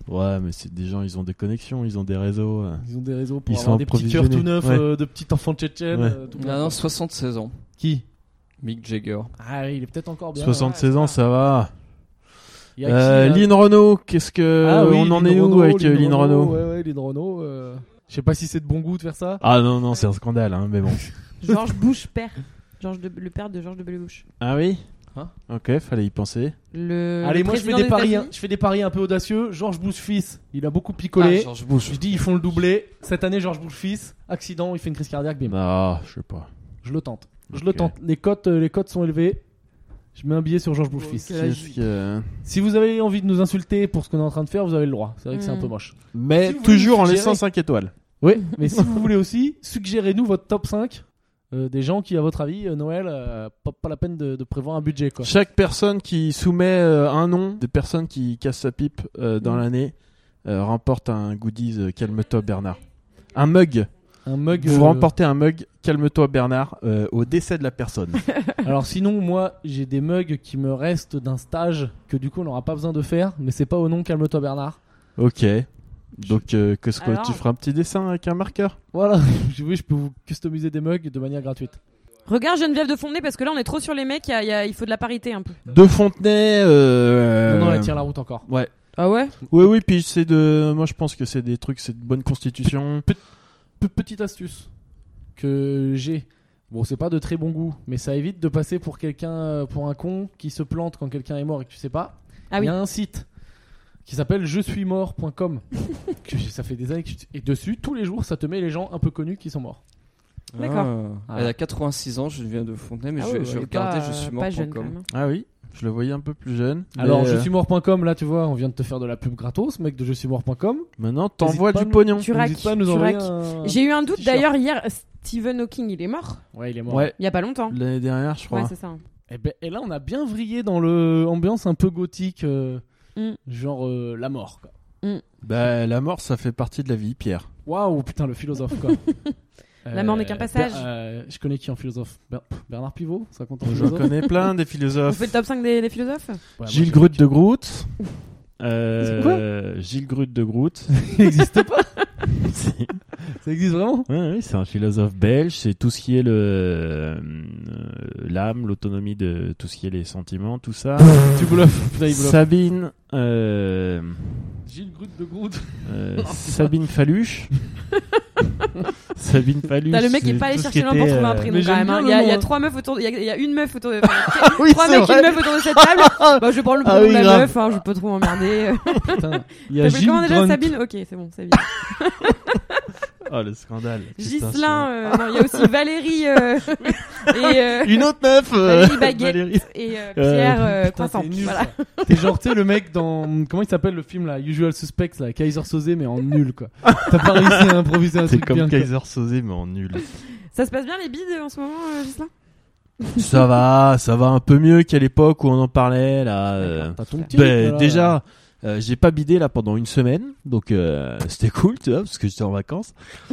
Ouais, mais c'est des gens, ils ont des connexions, ils ont des réseaux. euh. Ils ont des réseaux pour Ils avoir sont des petits cœurs tout approvisionnés. neufs Ouais. euh, de petits enfants tchétchènes. Ouais. euh, tout Ah plein. non, soixante-seize ans. Qui Mick Jagger. Ah oui, il est peut-être encore bien. soixante-seize ouais, ans, ça ça va. Il y a qui, Euh, là Lynn Renault, qu'est-ce que Ah oui, on en Lynn est où Renault, avec euh, Lynn Renault? Ouais, ouais, Lynn Renault. euh, Je sais pas si c'est de bon goût de faire ça. Ah non non, c'est un scandale, hein, mais bon. George Bush père. George de... Le père de George W. Bush. Ah oui. Hein Ok, fallait y penser. Le... Allez, le moi je fais président des des paris, hein. États-Unis. je fais des paris un peu audacieux. George Bush fils, il a beaucoup picolé. Ah, George Bush. Je dis ils font le doublé. Cette année George Bush fils, accident, il fait une crise cardiaque, bim. Ah, je sais pas. Je le tente. Je Ok. le tente. Les cotes, euh, les cotes sont élevées. Je mets un billet sur George Bush Ok. fils. Qu'est-ce que... Si vous avez envie de nous insulter pour ce qu'on est en train de faire, vous avez le droit. C'est vrai que c'est un Mm. peu moche. Mais Si vous voulez toujours en suggérer- laissant cinq étoiles. Oui, mais si vous voulez aussi, suggérez-nous votre top cinq euh, des gens qui, à votre avis, euh, Noël, euh, pas, pas la peine de, de prévoir un budget, quoi. Chaque personne qui soumet euh, un nom des personnes qui cassent sa pipe euh, dans Mm. l'année euh, remporte un goodies euh, Calme-toi Bernard. Un mug. Un mug. Vous euh, remportez un mug Calme-toi Bernard euh, au décès de la personne. Alors sinon, moi, j'ai des mugs qui me restent d'un stage que du coup on n'aura pas besoin de faire, mais c'est pas au nom Calme-toi Bernard. Ok. Donc euh, qu'est-ce que Alors tu feras un petit dessin avec un marqueur? Voilà, je oui, je peux vous customiser des mugs de manière gratuite. Regarde Geneviève de Fontenay parce que là on est trop sur les mecs, il y a- il y a- il faut de la parité un peu. De Fontenay. Euh... Non, non, elle tient la route encore. Ouais. Ah ouais? Oui, oui, puis c'est de. Moi je pense que c'est des trucs, c'est de bonne constitution. Pe- petite astuce que j'ai. Bon, c'est pas de très bon goût, mais ça évite de passer pour quelqu'un, euh, pour un con qui se plante quand quelqu'un est mort et que tu sais pas. Ah Il oui. y a un site qui s'appelle je suis mort point com que j'ai- ça fait des années que je- et dessus tous les jours ça te met les gens un peu connus qui sont morts. D'accord. Ah. Elle a quatre-vingt-six ans, je viens de Fontenay, mais Ah je vais, ouais, je vais elle est regarder pas- je suis pas mort jeune point quand com. même. Ah oui, je le voyais un peu plus jeune. Alors mais, je euh, suis mort point com, là tu vois, on vient de te faire de la pub gratos, mec de je suis mort point com. Maintenant, t'envoies pas du nous- pognon. Tu raques, N'hésite pas à nous tu envoyer raques. un... J'ai eu un doute t-shirt. d'ailleurs hier, Stephen Hawking il est mort Ouais, il est mort. Ouais, il y a pas longtemps. l'année dernière, je crois. Ouais, c'est ça. Et, ben, et là on a bien vrillé dans le ambiance un peu gothique, euh, Mm. genre euh, la mort quoi. Bah, la mort, ça fait partie de la vie, Pierre. Waouh, putain, le philosophe quoi. La mort n'est qu'un passage. Ber- euh, je connais qui en philosophe Ber- Bernard Pivot, ça compte en J'en philosophe. connais plein des On philosophes. fait le top cinq des, des philosophes? Ouais, moi, Gilles j'ai- Groot de Groot. Euh, Gilles Groot de Groot. Il n'existe pas. Si. Ça existe vraiment. Ouais, oui, c'est un philosophe belge. C'est tout ce qui est le euh, l'âme, l'autonomie de tout ce qui est les sentiments, tout ça. Tu bluffes. Putain, il bluffe. Sabine, euh, Gilles Groot de Groot. euh, Sabine Faluche. Sabine Faluche. Putain, le mec est pas allé tout ce chercher qui loin pour était, trouver un euh, prénom mais quand j'aime même. bien hein. le Il y, a- il y a nom, trois meufs autour. de- Il y, a- il y a une meuf autour. De... enfin, Oui, trois c'est mecs et vrai. une meuf autour de cette table. Bah, je vais prendre le Ah prénom oui, de la grave. meuf. Hein, je vais pas trop m'emmerder. Putain. Il y a T'appelles Gilles comment déjà Grunt. Sabine? Ok, c'est bon, Sabine. Oh, le scandale. Putain, Ghislain. euh, non, il y a aussi Valérie euh, et euh, Une autre meuf. euh, Valérie Baguette Valérie. et euh, Pierre euh, Putain, Croissant. t'es nul, Voilà. ça. T'es genre, tu sais, le mec dans. Comment il s'appelle le film là Usual Suspects, là, Kaiser Soze, mais en nul quoi. T'as pas réussi à improviser un C'est truc comme bien. quoi. Kaiser Soze, mais en nul. Ça se passe bien les bides en ce moment, euh, Ghislain? Ça va, ça va un peu mieux qu'à l'époque où on en parlait là. euh. T'as ton petit. Ben, rythme, là. déjà, euh, j'ai pas bidé là pendant une semaine, donc euh, c'était cool, tu vois, parce que j'étais en vacances.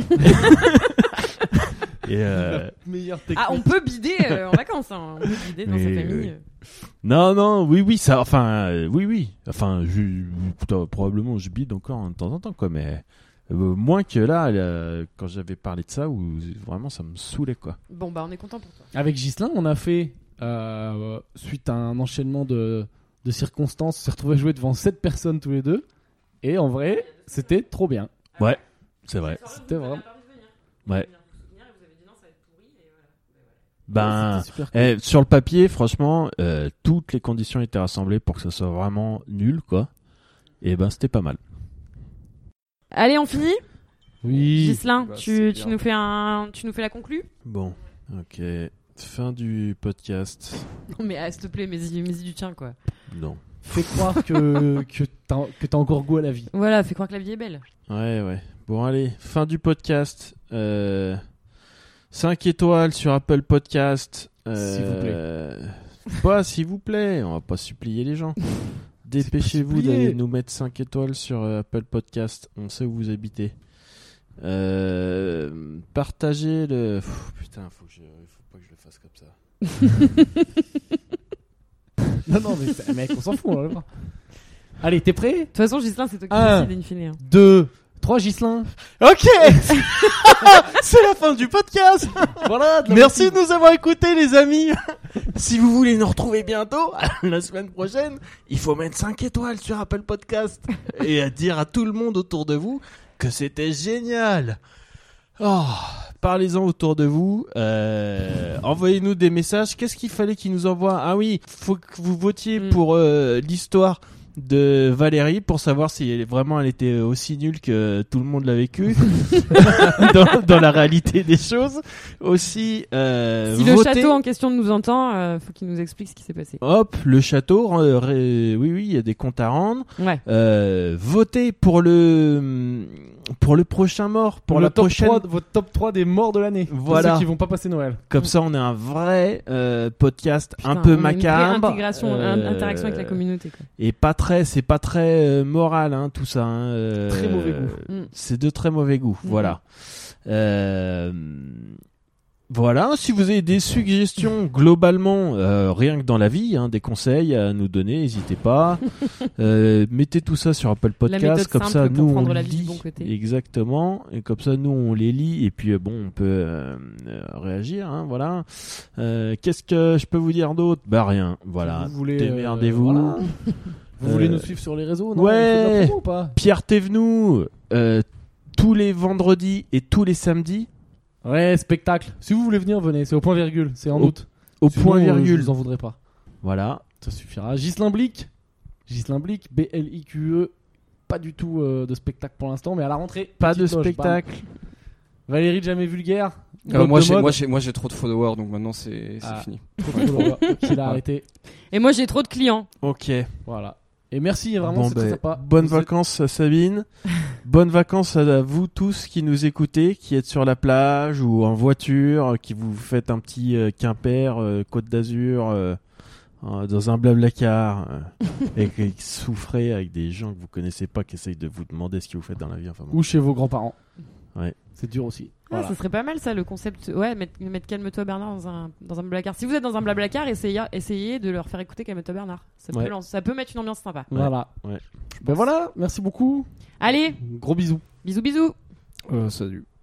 Et euh, La meilleure technique. Ah, on peut bider euh, en vacances. Hein. On peut bider dans Oui, sa famille. oui. euh. non, non, oui, oui, ça, enfin, euh, oui, oui, enfin, je, putain, probablement je bide encore de temps en temps, quoi, mais euh, moins que là, là, quand j'avais parlé de ça, où vraiment ça me saoulait, quoi. Bon, bah, on est content pour toi. Avec Ghislain, on a fait, euh, suite à un enchaînement de, de circonstances, on s'est retrouvé jouer devant sept personnes tous les deux. Et en vrai, c'était trop bien. Ouais, c'est vrai. C'était vraiment. Ouais. Ben, C'était super cool. eh, sur le papier, franchement, euh, toutes les conditions étaient rassemblées pour que ça soit vraiment nul, quoi. Et ben, c'était pas mal. Allez, on finit. Oui. Ghislain, Bah, tu, c'est tu bien. nous fais un, tu nous fais la conclue? Bon, ok. Fin du podcast. Non, mais ah, s'il te plaît, mets-y, mets-y du tien, quoi. Non. Fais croire que, que t'as que t'as encore goût à la vie. Voilà, fais croire que la vie est belle. Ouais, ouais. Bon, allez, fin du podcast. Euh, cinq étoiles sur Apple Podcast. S'il vous Euh, pas s'il vous plaît, on va pas supplier les gens. Dépêchez-vous supplier. d'aller nous mettre cinq étoiles sur euh, Apple Podcast. On sait où vous habitez. Euh, partagez le. Pff, putain, faut que je, faut pas que je le fasse comme ça. Non, non, mais c'est- mec, on s'en fout. On va le voir. Allez, t'es prêt? De toute façon, Ghislain, c'est toi qui Un. décide in fine. Hein. deux, trois, Ghislain. Ok. C'est la fin du podcast. Voilà. de la Merci motive. de nous avoir écoutés, les amis. Si vous voulez nous retrouver bientôt, la semaine prochaine, il faut mettre cinq étoiles sur Apple Podcast et à dire à tout le monde autour de vous que c'était génial. Oh, parlez-en autour de vous. Euh, envoyez-nous des messages. Qu'est-ce qu'il fallait qu'ils nous envoient? Ah oui, faut que vous votiez Mm. pour euh, l'histoire de Valérie pour savoir si elle, vraiment elle était aussi nulle que tout le monde l'a vécu dans, dans la réalité des choses. Aussi, euh, Si le votez- château en question nous entend, euh, faut qu'il nous explique ce qui s'est passé. Hop, le château. euh, ré- oui, oui, il y a des comptes à rendre. Ouais. Euh, votez pour le pour le prochain mort, pour le la top prochaine. trois, votre top trois des morts de l'année. Voilà. Pour ceux qui vont pas passer Noël. Comme ça, on est un vrai euh, podcast Putain, un peu on a une vraie macabre, intégration, euh, un- interaction avec la communauté. Quoi. et pas très, c'est pas très euh, moral, hein, tout ça. Hein, euh, Très mauvais goût. Mm. C'est de très mauvais goût. Mhm. Voilà. Euh, Voilà, si vous avez des suggestions globalement, euh, rien que dans la vie, hein, des conseils à nous donner, n'hésitez pas. euh, mettez tout ça sur Apple La méthode Podcast, comme simple ça pour nous on prendre la vie du lit. bon côté. Exactement, et comme ça nous on les lit et puis euh, bon on peut euh, euh, réagir. Hein, voilà. Euh, Qu'est-ce que je peux vous dire d'autre? Bah rien. Voilà. Vous voulez, Démerdez-vous. euh, voilà. Vous Euh, voulez nous suivre sur les réseaux? Non, ouais. on fait de la promo ou pas? Pierre Thévenoud, euh, tous les vendredis et tous les samedis Ouais, spectacle. Si vous voulez venir, venez. C'est au point virgule. C'est en Au- août. au Sinon, point euh, virgule. Je vous en voudrais pas. Voilà. Ça suffira. Ghislain Blic. Ghislain Blic, B L I Q E. Pas du tout euh, de spectacle pour l'instant, mais à la rentrée. Pas de petite loge, spectacle. bam. Valérie Jamais Vulgaire. Euh, Blog moi, de j'ai, mode. moi, j'ai, moi, j'ai trop de followers, donc maintenant c'est, c'est Ah. fini. Trop de followers. Il a arrêté. Et moi, j'ai trop de clients. Ok. Voilà. Et merci, vraiment, Bon, c'est ben, très sympa. bonnes Vous êtes- vacances à Sabine. Bonnes vacances à vous tous qui nous écoutez, qui êtes sur la plage ou en voiture, qui vous faites un petit euh, Quimper, euh, Côte d'Azur, euh, euh, dans un blablacar, euh, et qui souffrez avec des gens que vous connaissez pas, qui essayent de vous demander ce que vous faites dans la vie. Enfin, bon. Ou chez vos grands-parents. Ouais. C'est dur aussi. Ah, Voilà. ça serait pas mal ça, le concept. Ouais, mettre, mettre Calme-toi Bernard dans un, dans un blablacar. Si vous êtes dans un blablacar, essayez, essayez de leur faire écouter Calme-toi Bernard. Ça peut, Ouais. lancer- ça peut mettre une ambiance sympa. Voilà. Ouais. Ben voilà, merci beaucoup. Allez, Gros bisous. bisous bisous. Euh, salut.